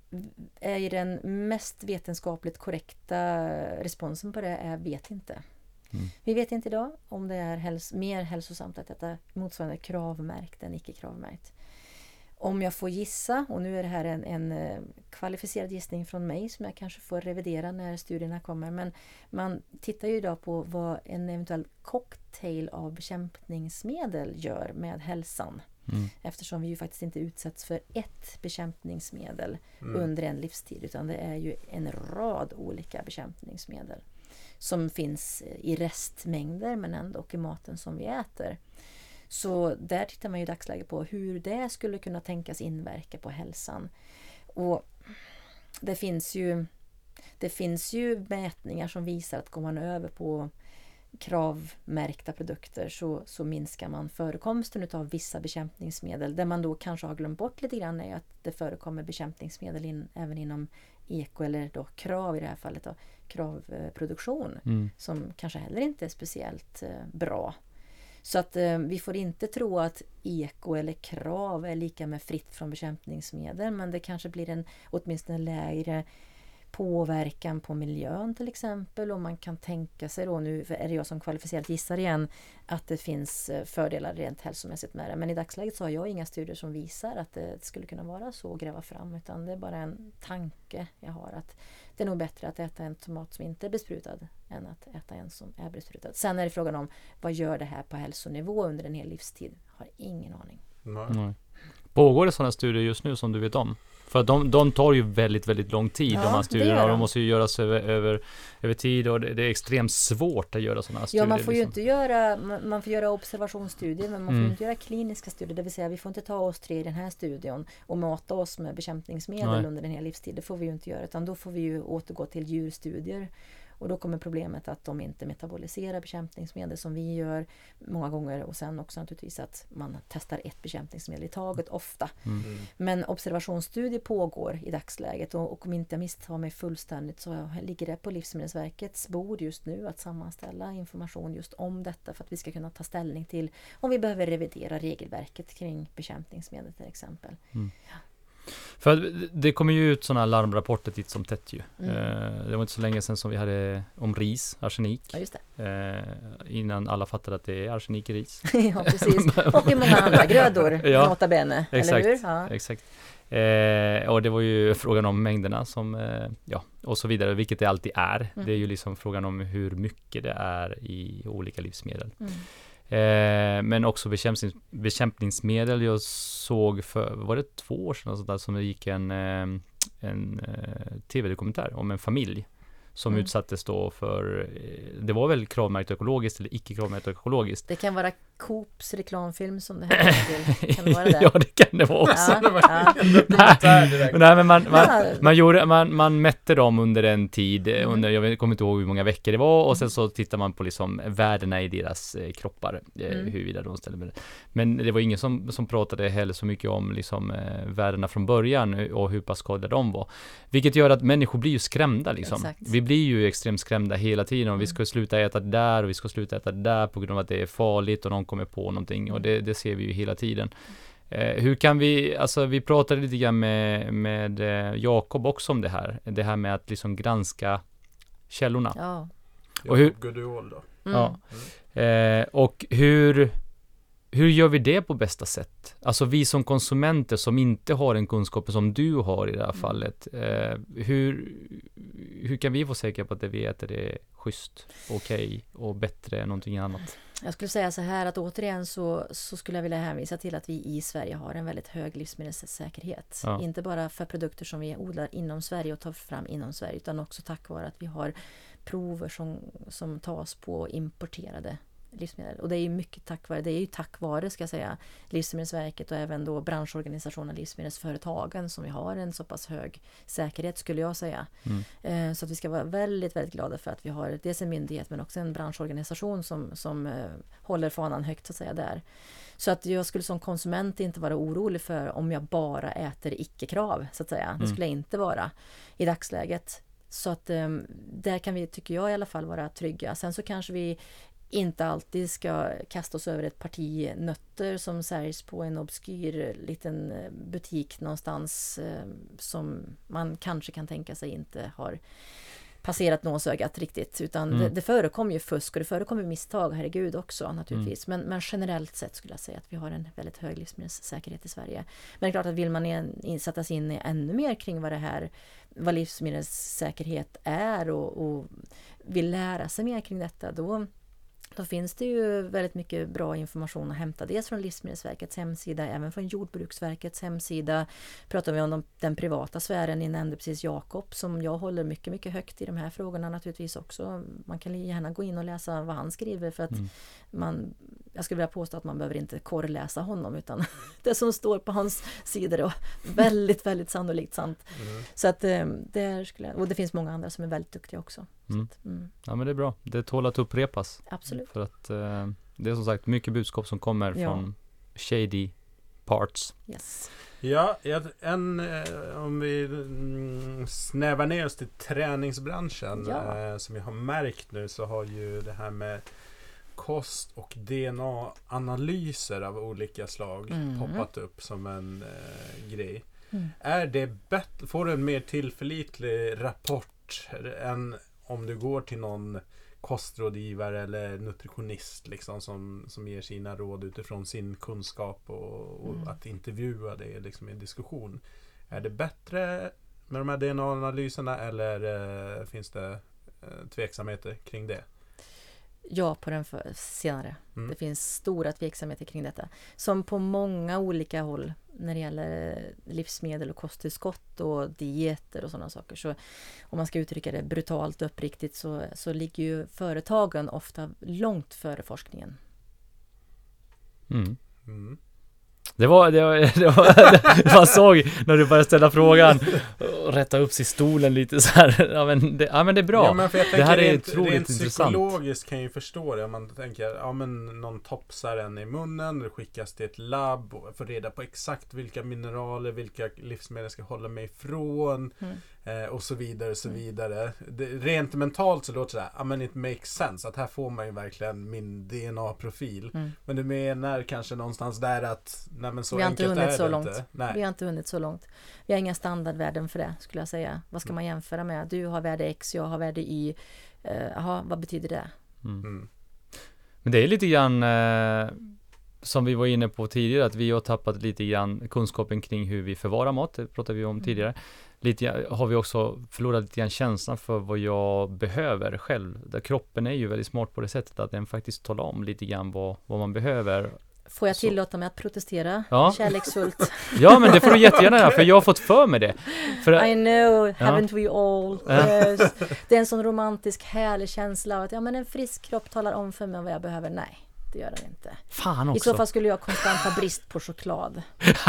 är ju den mest vetenskapligt korrekta responsen på det är vet inte. Vi vet inte idag om det är mer hälsosamt att äta motsvarande kravmärkt än icke kravmärkt. Om jag får gissa, och nu är det här en kvalificerad gissning från mig som jag kanske får revidera när studierna kommer, men man tittar ju idag på vad en eventuell cocktail av bekämpningsmedel gör med hälsan. Eftersom vi ju faktiskt inte utsätts för ett bekämpningsmedel under en livstid, utan det är ju en rad olika bekämpningsmedel som finns i restmängder men ändå i maten som vi äter. Så där tittar man ju i dagsläget på hur det skulle kunna tänkas inverka på hälsan. Och det finns ju mätningar som visar att går man över på kravmärkta produkter så minskar man förekomsten av vissa bekämpningsmedel. Där man då kanske har glömt bort lite grann är att det förekommer bekämpningsmedel även inom eko eller då krav i det här fallet då, kravproduktion som kanske heller inte är speciellt bra. Så att vi får inte tro att eko eller krav är lika med fritt från bekämpningsmedel, men det kanske blir åtminstone lägre påverkan på miljön till exempel, och man kan tänka sig då, nu är det jag som kvalificerat gissar igen, att det finns fördelar rent hälsomässigt med det, men i dagsläget så har jag inga studier som visar att det skulle kunna vara så att gräva fram, utan det är bara en tanke jag har att det är nog bättre att äta en tomat som inte är besprutad än att äta en som är besprutad. Sen är det frågan om vad gör det här på hälsonivå under en hel livstid? Har ingen aning. Nej. Pågår det sådana studier just nu som du vet om? För att de tar ju väldigt, väldigt lång tid, de här studierna. De måste ju göras över tid, och det är extremt svårt att göra sådana studier. Ja, man får ju inte göra, man får göra observationsstudier, men man får inte göra kliniska studier. Det vill säga, vi får inte ta oss 3 i den här studien och mata oss med bekämpningsmedel under en hel livstid. Det får vi ju inte göra, utan då får vi ju återgå till djurstudier. Och då kommer problemet att de inte metaboliserar bekämpningsmedel som vi gör många gånger, och sen också naturligtvis att man testar ett bekämpningsmedel i taget ofta. Men observationsstudier pågår i dagsläget, och om inte jag misstar mig fullständigt så ligger det på Livsmedelsverkets bord just nu att sammanställa information just om detta för att vi ska kunna ta ställning till om vi behöver revidera regelverket kring bekämpningsmedel till exempel. För det kommer ju ut sådana larmrapporter titt som tätt ju. Det var inte så länge sedan som vi hade om ris, arsenik. Ja, just det. Innan alla fattade att det är arsenik i ris. Ja, precis. Och i många andra grödor, nota bene, exakt, eller hur? Ja. Exakt. Och det var ju frågan om mängderna som, och så vidare, vilket det alltid är. Det är ju liksom frågan om hur mycket det är i olika livsmedel. Men också bekämpningsmedel. Jag såg var det 2 år sedan sådär, som det gick en tv-dokumentär om en familj som utsattes då för, det var väl kravmärkt ekologiskt eller icke kravmärkt ekologiskt. Det kan vara Coops reklamfilm som det här till. Kan det vara det? Ja, det kan det vara också. Man mätte dem under en tid, jag kommer inte ihåg hur många veckor det var, och sen så tittar man på liksom värdena i deras kroppar, huruvida de ställer med det. Men det var ingen som pratade heller så mycket om liksom värdena från början och hur pass skadade de var. Vilket gör att människor blir ju skrämda liksom. Exakt. Vi blir ju extremt skrämda hela tiden, och vi ska sluta äta det där och vi ska sluta äta det där på grund av att det är farligt och någon kommer på någonting, och det ser vi ju hela tiden. Hur kan vi, alltså vi pratade lite grann med Jakob också om det här med att liksom granska källorna. Ja. Och hur Goodall då. Och hur gör vi det på bästa sätt? Alltså vi som konsumenter som inte har den kunskapen som du har i det här fallet, hur kan vi få säkra på att det vi äter är schysst, okej och bättre än någonting annat? Jag skulle säga så här att återigen så skulle jag vilja hänvisa till att vi i Sverige har en väldigt hög livsmedelssäkerhet. Ja. Inte bara för produkter som vi odlar inom Sverige och tar fram inom Sverige, utan också tack vare att vi har prover som tas på importerade livsmedel. Och det är ju mycket tack vare ska jag säga Livsmedelsverket och även då branschorganisationen Livsmedelsföretagen som vi har en så pass hög säkerhet skulle jag säga. Så att vi ska vara väldigt, väldigt glada för att vi har dels en myndighet men också en branschorganisation som håller fanan högt så att säga där. Så att jag skulle som konsument inte vara orolig för om jag bara äter icke-krav så att säga. Det skulle jag inte vara i dagsläget. Så att där kan vi, tycker jag i alla fall, vara trygga. Sen så kanske vi inte alltid ska kasta oss över ett parti nötter som säljs på en obskyr liten butik någonstans som man kanske kan tänka sig inte har passerat nålsögat riktigt, utan det förekommer ju fusk och det förekommer misstag, herregud också naturligtvis, men generellt sett skulle jag säga att vi har en väldigt hög livsmedelssäkerhet i Sverige. Men det är klart att vill man sätta sig in ännu mer kring vad livsmedelssäkerhet är och vill lära sig mer kring detta, då finns det ju väldigt mycket bra information att hämta. Dels från Livsmedelsverkets hemsida, även från Jordbruksverkets hemsida. Pratar vi om den privata sfären, ni nämnde precis Jakob, som jag håller mycket, mycket högt i de här frågorna naturligtvis också. Man kan gärna gå in och läsa vad han skriver, för att jag skulle vilja påstå att man behöver inte korrläsa honom, utan det som står på hans sidor är väldigt, väldigt sannolikt sant. Så att och det finns många andra som är väldigt duktiga också. Ja, men det är bra. Det tål att upprepas. Absolut. För att det är som sagt mycket budskap som kommer från shady parts. Yes. Ja, om vi snävar ner oss till träningsbranschen som jag har märkt nu, så har ju det här med kost och DNA-analyser av olika slag poppat upp som en grej. Är det bättre, får du en mer tillförlitlig rapport än om du går till någon kostrådgivare eller nutritionist liksom, som ger sina råd utifrån sin kunskap och att intervjua det liksom i en diskussion? Är det bättre med de här DNA-analyserna eller finns det tveksamheter kring det? Ja, på den senare. Det finns stora tveksamheter kring detta. Som på många olika håll när det gäller livsmedel och kosttillskott och dieter och sådana saker. Så om man ska uttrycka det brutalt uppriktigt så ligger ju företagen ofta långt före forskningen. Det var man såg när du började ställa frågan och rätta upp sig i stolen lite så här. Ja men det är bra. Ja, men för jag det här är rent otroligt intressant. Psykologiskt kan jag ju förstå det. Om man tänker, någon topsar en i munnen, det skickas till ett labb och får reda på exakt vilka mineraler, vilka livsmedel ska hålla mig ifrån och så vidare och så vidare. Rent mentalt så låter det men it makes sense att här får man ju verkligen min DNA-profil. Men du menar kanske någonstans där att så vi har inte hunnit så långt. Inte. Nej. Vi har inte hunnit så långt. Vi har inga standardvärden för det, skulle jag säga. Vad ska man jämföra med? Du har värde X, jag har värde Y. Vad betyder det? Men det är lite grann som vi var inne på tidigare, att vi har tappat lite grann kunskapen kring hur vi förvarar mat. Det pratade vi om tidigare. Lite har vi också förlorat lite grann känslan för vad jag behöver själv. Där kroppen är ju väldigt smart på det sättet att den faktiskt talar om lite grann vad man behöver. Får jag tillåta mig att protestera? Ja. Kärleksfullt. Ja, men det får du jättegärna göra, för jag har fått för mig det. I know, haven't we all? Yes. Det är en sån romantisk, härlig känsla av att en frisk kropp talar om för mig vad jag behöver. Nej, det gör den inte. Fan också. I så fall skulle jag konstant ha brist på choklad.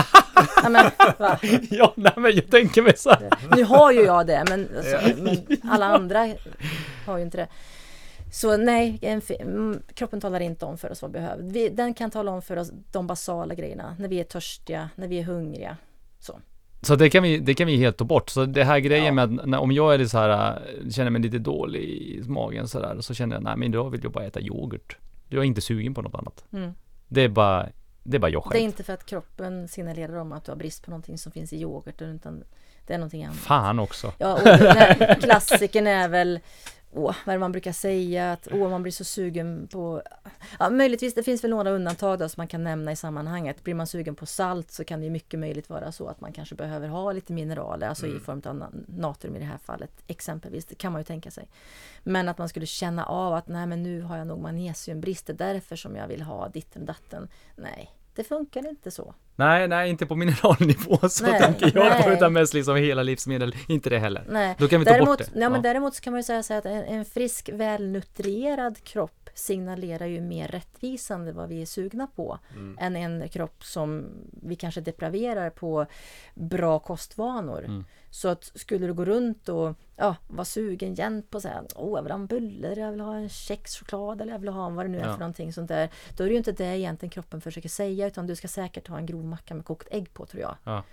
Ja, men jag tänker mig så här. Nu har ju jag det, men alla andra har ju inte det. Så nej, kroppen talar inte om för oss vad vi behöver. Den kan tala om för oss de basala grejerna. När vi är törstiga, när vi är hungriga. Så det kan vi helt ta bort. Så det här grejen med att om jag är så här, känner mig lite dålig i magen så där, så känner jag, nej men då vill jag bara äta yoghurt. Jag är inte sugen på något annat. Det är bara jag själv. Det är inte för att kroppen signalerar om att du har brist på någonting som finns i yoghurt, utan det är någonting annat. Fan också. Ja, och den här klassikern är väl vad är det man brukar säga, att man blir så sugen på... Ja, möjligtvis, det finns väl några undantag då som man kan nämna i sammanhanget. Blir man sugen på salt så kan det ju mycket möjligt vara så att man kanske behöver ha lite mineraler, alltså i form av natrium i det här fallet exempelvis. Det kan man ju tänka sig. Men att man skulle känna av att nej, men nu har jag nog magnesiumbrist, det är därför som jag vill ha ditten datten. Nej, det funkar inte så. Nej, inte på mineralnivå så tänker jag på, utan mest liksom hela livsmedel, inte det heller. Nej. Då kan vi ta bort det. Ja, men däremot så kan man ju säga så att en frisk, välnutrerad kropp signalerar ju mer rättvisande vad vi är sugna på än en kropp som vi kanske depraverar på bra kostvanor. Så att skulle du gå runt och vara sugen jämt på så här, jag vill ha en bulle, jag vill ha en kexchoklad eller jag vill ha vad det nu är för någonting sånt där. Då är det ju inte det egentligen kroppen försöker säga, utan du ska säkert ha en grov macka med kokt ägg på, tror jag. Ja.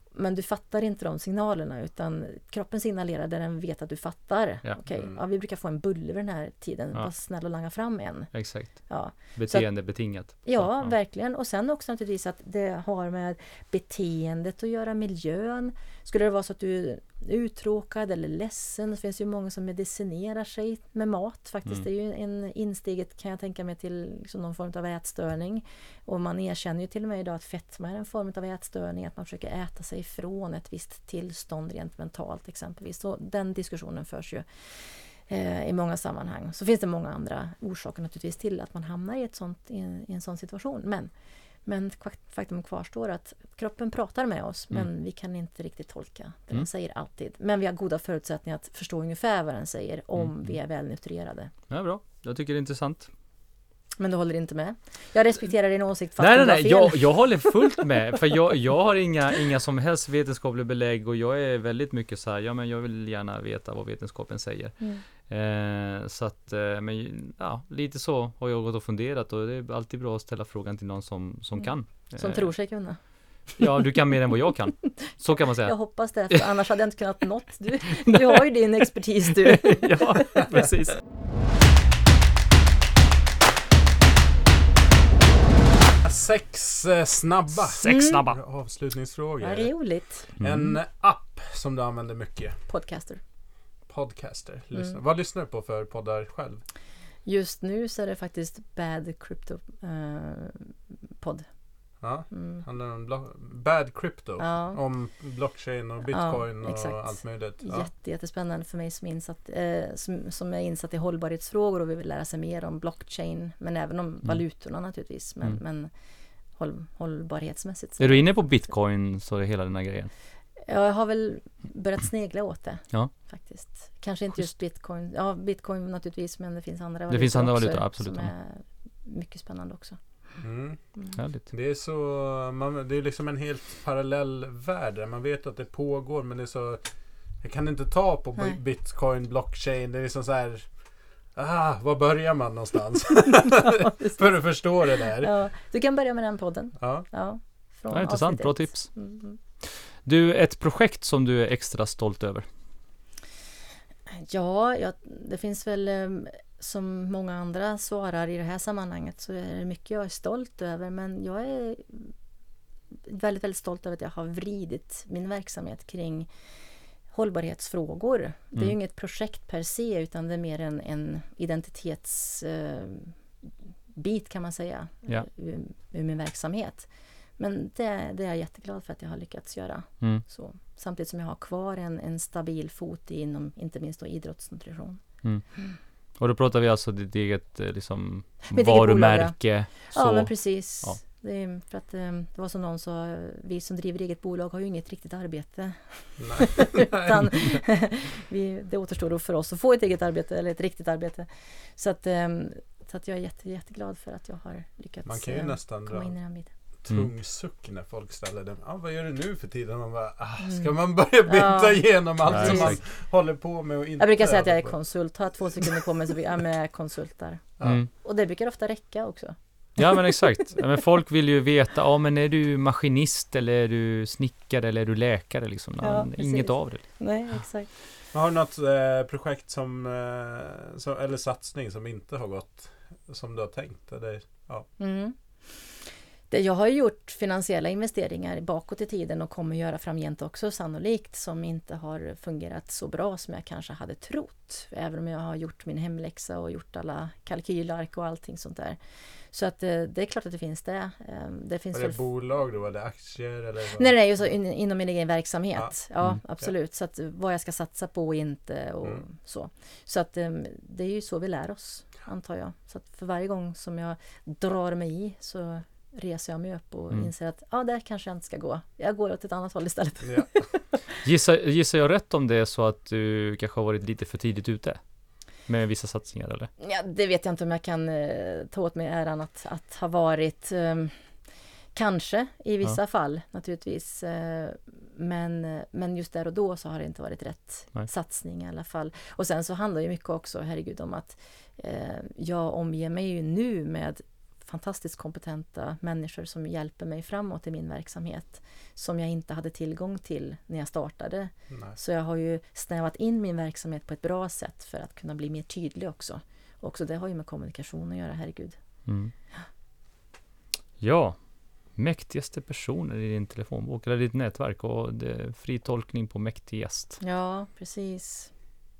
Men du fattar inte de signalerna, utan kroppen signalerar där den vet att du fattar. Ja. Okej, vi brukar få en bulle vid den här tiden. Ja. Var snäll och langa fram en. Exakt. Ja. Beteendebetingat. Ja, verkligen. Och sen också naturligtvis att det har med beteendet att göra, miljön. Skulle det vara så att du är uttråkad eller ledsen, så finns det ju många som medicinerar sig med mat faktiskt. Det är ju en insteget, kan jag tänka mig, till liksom någon form av ätstörning. Och man erkänner ju till och med idag att fetma är en form av ätstörning, att man försöker äta sig ifrån ett visst tillstånd rent mentalt exempelvis. Så den diskussionen förs ju i många sammanhang. Så finns det många andra orsaker naturligtvis till att man hamnar i en sån situation. Men faktum kvarstår att kroppen pratar med oss, men vi kan inte riktigt tolka det den säger alltid. Men vi har goda förutsättningar att förstå ungefär vad den säger om vi är väl nutrirade. Ja, bra. Jag tycker det är intressant. Men du håller inte med? Jag respekterar din åsikt fast Nej, jag håller fullt med. För jag har inga som helst vetenskapliga belägg, och jag är väldigt mycket så här, men jag vill gärna veta vad vetenskapen säger. Så att, men ja, lite så har jag gått och funderat, och det är alltid bra att ställa frågan till någon som kan. Som tror sig kunna. Ja, du kan mer än vad jag kan. Så kan man säga. Jag hoppas det, för annars hade jag inte kunnat något. Du har ju din expertis, du. Ja, precis. Sex snabba avslutningsfrågor. Ja, det är roligt. En app som du använder mycket. Podcaster. Vad lyssnar du på för poddar själv? Just nu så är det faktiskt Bad Crypto podd. Ja, handlar om Bad Crypto. Ja. Om blockchain och bitcoin och allt möjligt. Ja. Jättespännande för mig som är insatt i hållbarhetsfrågor och vill lära sig mer om blockchain, men även om valutorna naturligtvis. Men hållbarhetsmässigt. Så är du inne på bitcoin, så är hela den här grejen? Jag har väl börjat snegla åt det. Ja. Faktiskt. Kanske inte just bitcoin. Ja, bitcoin naturligtvis, men det finns andra valutor. Det finns andra också, valutor, absolut. Som är mycket spännande också. Härligt. Det är så, det är liksom en helt parallell värld. Man vet att det pågår, men det är så, jag kan inte ta på bitcoin, blockchain. Det är liksom så här, var börjar man någonstans? För att förstå det där. Ja, du kan börja med den podden. Från intressant, bra tips. Du, ett projekt som du är extra stolt över? Ja, det finns väl, som många andra svarar i det här sammanhanget, så är det mycket jag är stolt över, men jag är väldigt, väldigt stolt över att jag har vridit min verksamhet kring hållbarhetsfrågor. Det är ju inget projekt per se, utan det är mer en identitetsbit kan man säga, ur min verksamhet. Men det är jag jätteglad för att jag har lyckats göra. Så, samtidigt som jag har kvar en stabil fot inom inte minst då idrottsnutrition. Och då pratar vi alltså ditt eget liksom, varumärke. Ja, men precis. Ja. Det är för att det var som någon sa, vi som driver eget bolag har ju inget riktigt arbete. Nej. Utan det återstår då för oss att få ett eget arbete eller ett riktigt arbete. Så att jag är jätteglad för att jag har lyckats man kan ju nästan komma in i den biten. Tung suck när folk ställer den. Vad gör du nu för tiden? Man bara, ska man börja byta igenom allt som man håller på med och inte. Jag brukar säga att jag är konsult. Har 2 sekunder på mig så blir jag med konsult där. Och det brukar ofta räcka också. Ja, men exakt. Men folk vill ju veta, men är du maskinist eller är du snickare eller är du läkare liksom? Inget av det. Nej, exakt. Har du något projekt som eller satsning som inte har gått som du har tänkt? Eller, Jag har gjort finansiella investeringar bakåt i tiden och kommer göra framgent också sannolikt, som inte har fungerat så bra som jag kanske hade trott. Även om jag har gjort min hemläxa och gjort alla kalkylark och allting sånt där. Så att det är klart att det finns det. Det finns är det bolag då eller aktier? Eller vad? Nej, just inom min egen verksamhet. Absolut. Så att vad jag ska satsa på och inte och så. Så att det är ju så vi lär oss, antar jag. Så att för varje gång som jag drar mig i så reser jag mig upp och inser att där kanske jag inte ska gå. Jag går åt ett annat håll istället. Ja. Gissar jag rätt om det är så att du kanske har varit lite för tidigt ute med vissa satsningar, eller? Ja, det vet jag inte om jag kan ta åt mig äran att ha varit. Kanske i vissa fall naturligtvis. Men just där och då så har det inte varit rätt satsning i alla fall. Och sen så handlar ju mycket också, herregud, om att jag omger mig ju nu med fantastiskt kompetenta människor som hjälper mig framåt i min verksamhet som jag inte hade tillgång till när jag startade. Nej. Så jag har ju snävat in min verksamhet på ett bra sätt för att kunna bli mer tydlig också. Också det har ju med kommunikation att göra, herregud. Mm. Ja, mäktigaste personer i din telefonbok eller ditt nätverk och det är fri tolkning på mäktigast. Ja, precis.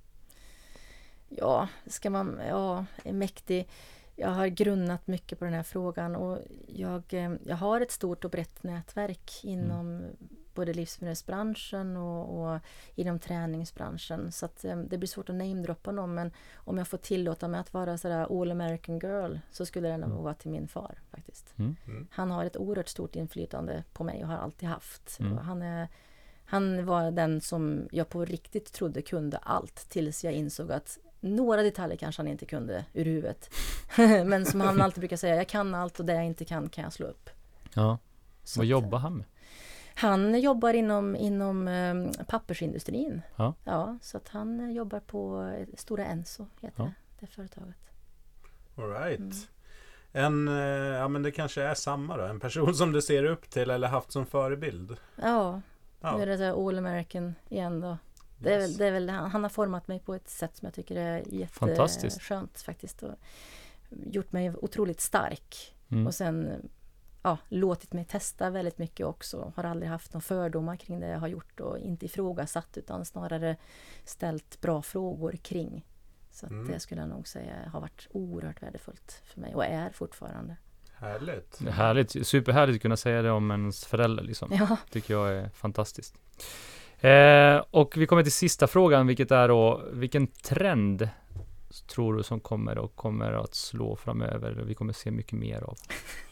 Ja, är mäktig. Jag har grunnat mycket på den här frågan och jag har ett stort och brett nätverk inom både livsmedelsbranschen och inom träningsbranschen. Så att det blir svårt att namedroppa någon, men om jag får tillåta mig att vara sådär all American girl så skulle det nog vara till min far faktiskt. Han har ett oerhört stort inflytande på mig och har alltid haft. Och han var den som jag på riktigt trodde kunde allt tills jag insåg att några detaljer kanske han inte kunde ur huvudet. Men som han alltid brukar säga, jag kan allt och det jag inte kan jag slå upp. Ja. Så Vad jobbar han med? Han jobbar inom pappersindustrin. Ja. Ja, så att han jobbar på Stora Enso heter det företaget. All right. Men det kanske är samma då. En person som du ser upp till eller haft som förebild. Ja. Nu är det så här all American igen då. Det är väl, han har format mig på ett sätt som jag tycker är jätteskönt faktiskt. Och gjort mig otroligt stark. Och sen låtit mig testa väldigt mycket också. Har aldrig haft några fördomar kring det jag har gjort och inte ifrågasatt utan snarare ställt bra frågor kring. Så att det skulle jag nog säga har varit oerhört värdefullt för mig och är fortfarande. Härligt. Härligt, superhärligt att kunna säga det om ens förälder liksom. Ja. Tycker jag är fantastiskt. Och vi kommer till sista frågan, vilket är då, vilken trend tror du som kommer att slå framöver och vi kommer se mycket mer av?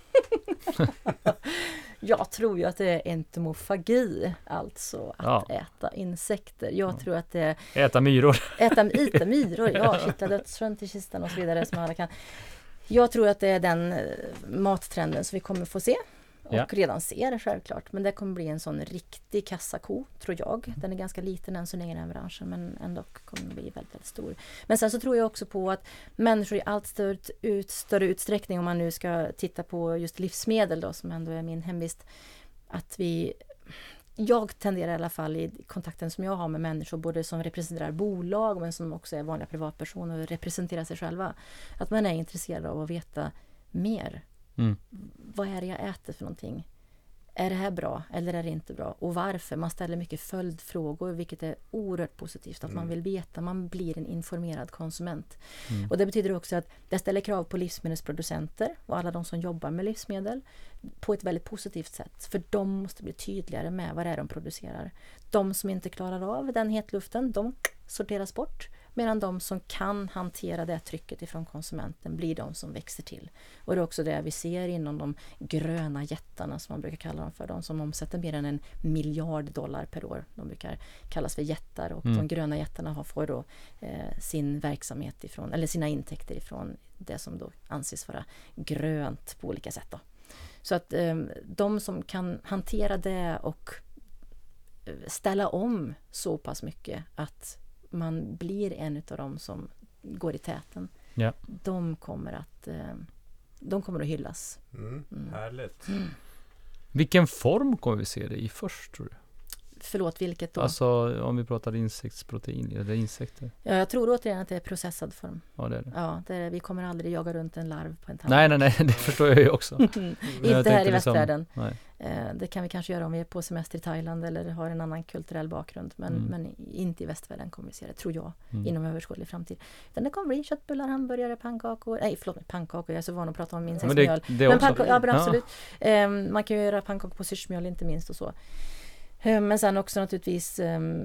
Jag tror ju att det är entomofagi, alltså att äta insekter. Jag tror att det är Äta myror. Äta myror, kittla dödsfrön till kistan och så vidare som alla kan. Jag tror att det är den mattrenden som vi kommer få se. Och redan ser det självklart. Men det kommer bli en sån riktig kassako, tror jag. Den är ganska liten än så länge i den här branschen. Men ändå kommer den bli väldigt, väldigt stor. Men sen så tror jag också på att människor i allt större utsträckning, om man nu ska titta på just livsmedel då, som ändå är min hemvist. Att jag tenderar i alla fall i kontakten som jag har med människor, både som representerar bolag men som också är vanliga privatpersoner och representerar sig själva. Att man är intresserad av att veta mer. Vad är det jag äter för någonting? Är det här bra eller är det inte bra? Och varför? Man ställer mycket följdfrågor, vilket är oerhört positivt. Att man vill veta, man blir en informerad konsument. Och det betyder också att det ställer krav på livsmedelsproducenter och alla de som jobbar med livsmedel på ett väldigt positivt sätt. För de måste bli tydligare med vad det är de producerar. De som inte klarar av den hetluften, de sorteras bort. Medan de som kan hantera det trycket ifrån konsumenten blir de som växer till. Och det är också det vi ser inom de gröna jättarna som man brukar kalla dem för. De som omsätter mer än $1 miljard per år. De brukar kallas för jättar och de gröna jättarna får då sin verksamhet ifrån, eller sina intäkter ifrån det som då anses vara grönt på olika sätt då. Så att de som kan hantera det och ställa om så pass mycket att man blir en av dem som går i täten. Ja. De kommer att hyllas. Härligt. Vilken form kommer vi se det i först, tror du? Förlåt, vilket då? Alltså om vi pratar insektsprotein eller insekter. Ja, jag tror återigen att det är processad form. Ja, det är det. Ja, vi kommer aldrig jaga runt en larv på en tand. Nej, det förstår jag ju också. Inte här i västvärlden. Nej. Det kan vi kanske göra om vi är på semester i Thailand eller har en annan kulturell bakgrund. Men inte i västvärlden kommer vi se det, tror jag, inom överskådlig framtid. Utan det kommer bli köttbullar, hamburgare, pannkakor. Nej, förlåt, pannkakor. Jag är så van att prata om insektsmjöl. Men absolut. Man kan ju göra pannkakor på syrsmjöl, inte minst och så. Men sen också naturligtvis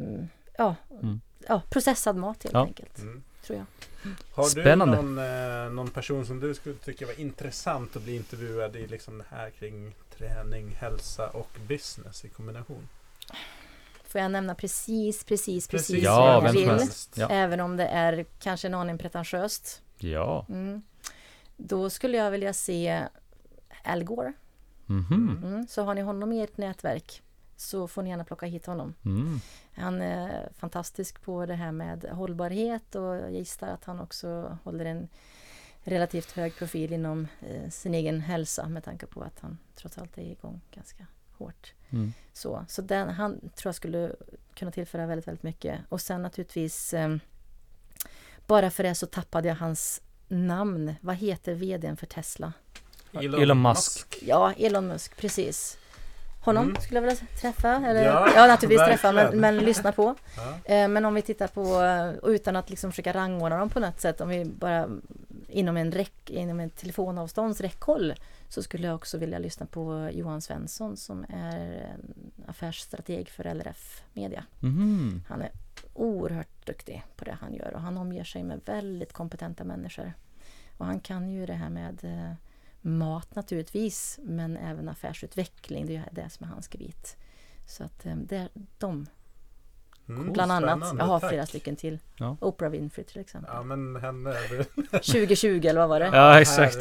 processad mat helt enkelt, tror jag. Har Spännande. du någon person som du skulle tycka var intressant att bli intervjuad i liksom det här kring träning, hälsa och business i kombination? Får jag nämna precis Ja, vad jag vill? Ja. Även om det är kanske en aning pretentiöst. Ja. Då skulle jag vilja se Al Gore. Så har ni honom i ert nätverk så får ni gärna plocka hit honom. Han är fantastisk på det här med hållbarhet och jag gissar att han också håller relativt hög profil inom sin egen hälsa med tanke på att han trots allt är igång ganska hårt. Så han tror jag skulle kunna tillföra väldigt, väldigt mycket. Och sen naturligtvis bara för det så tappade jag hans namn. Vad heter vdn för Tesla? Elon Musk. Ja, Elon Musk, precis. Honom skulle jag vilja träffa. Eller, Ja, naturligtvis verkligen. träffa, men lyssna på. Ja. Men om vi tittar på, utan att liksom försöka rangordna dem på något sätt, om vi bara inom en telefonavstånds räckhåll, så skulle jag också vilja lyssna på Johan Svensson som är affärsstrateg för LRF Media. Han är oerhört duktig på det han gör och han omger sig med väldigt kompetenta människor. Och han kan ju det här med mat naturligtvis, men även affärsutveckling, det är det som är hans gebit. Så att det är de bland annat. Jag har flera stycken till. Ja. Oprah Winfrey till exempel. Ja, men henne... 2020 eller vad var det? Ja, exakt.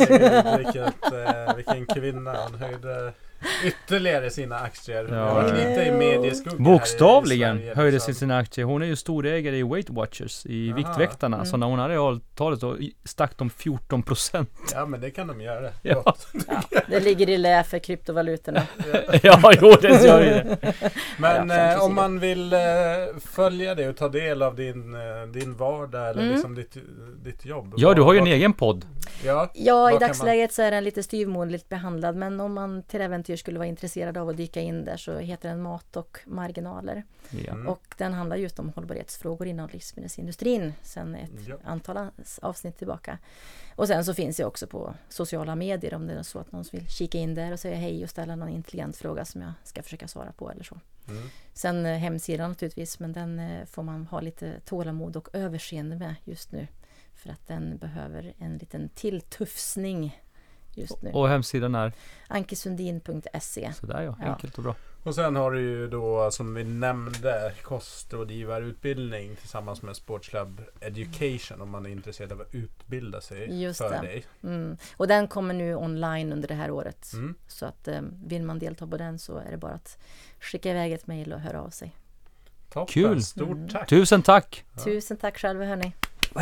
Vilken kvinna. Hon höjde ytterligare sina aktier. Ja. Jag var lite i medieskugga Bokstavligen här i Sverige, höjde liksom. sig sina aktier. Hon är ju storägare i Weight Watchers, i Viktväktarna. Så när hon hade avtalet så stack de 14%. Ja, men det kan de göra. Ja. Gott. Det ligger i lä för kryptovalutorna. Ja, jo, det gör det. Men Ja, om man vill följa det och ta del av din vardag eller liksom ditt jobb. Ja, du har ju en egen podd. Ja, Ja, i vad kan dagsläget så är den lite styvmoderligt behandlad, men om man till äventyr skulle vara intresserad av att dyka in där så heter den Mat och marginaler. Ja. Och den handlar just om hållbarhetsfrågor inom livsmedelsindustrin sedan ett antal avsnitt tillbaka. Och sen så finns jag också på sociala medier om det är så att någon vill kika in där och säga hej och ställa någon intelligent fråga som jag ska försöka svara på eller så. Sen hemsidan naturligtvis, men den får man ha lite tålamod och överseende med just nu. För att den behöver en liten tilltufsning just nu. Och hemsidan är? Ankesundin.se. Sådär ja, enkelt och bra. Och sen har du ju då, som vi nämnde, kostrådgivarutbildning tillsammans med Sportslab Education om man är intresserad av att utbilda sig Just för det. dig. Och den kommer nu online under det här året. Så att vill man delta på den så är det bara att skicka iväg ett mejl och höra av sig. Toppen. Kul. Stort tack. Tusen tack. Tusen tack själva hörni.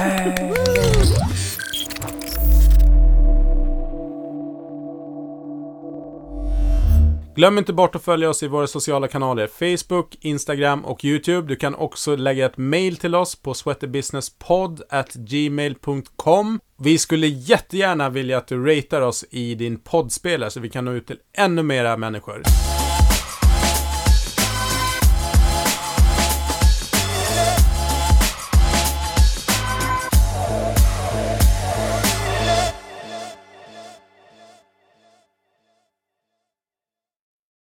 Glöm inte bort att följa oss i våra sociala kanaler Facebook, Instagram och YouTube. Du kan också lägga ett mejl till oss på sweaterbusinesspodd@gmail.com. Vi skulle jättegärna vilja att du ratear oss i din poddspelare så vi kan nå ut till ännu mera människor.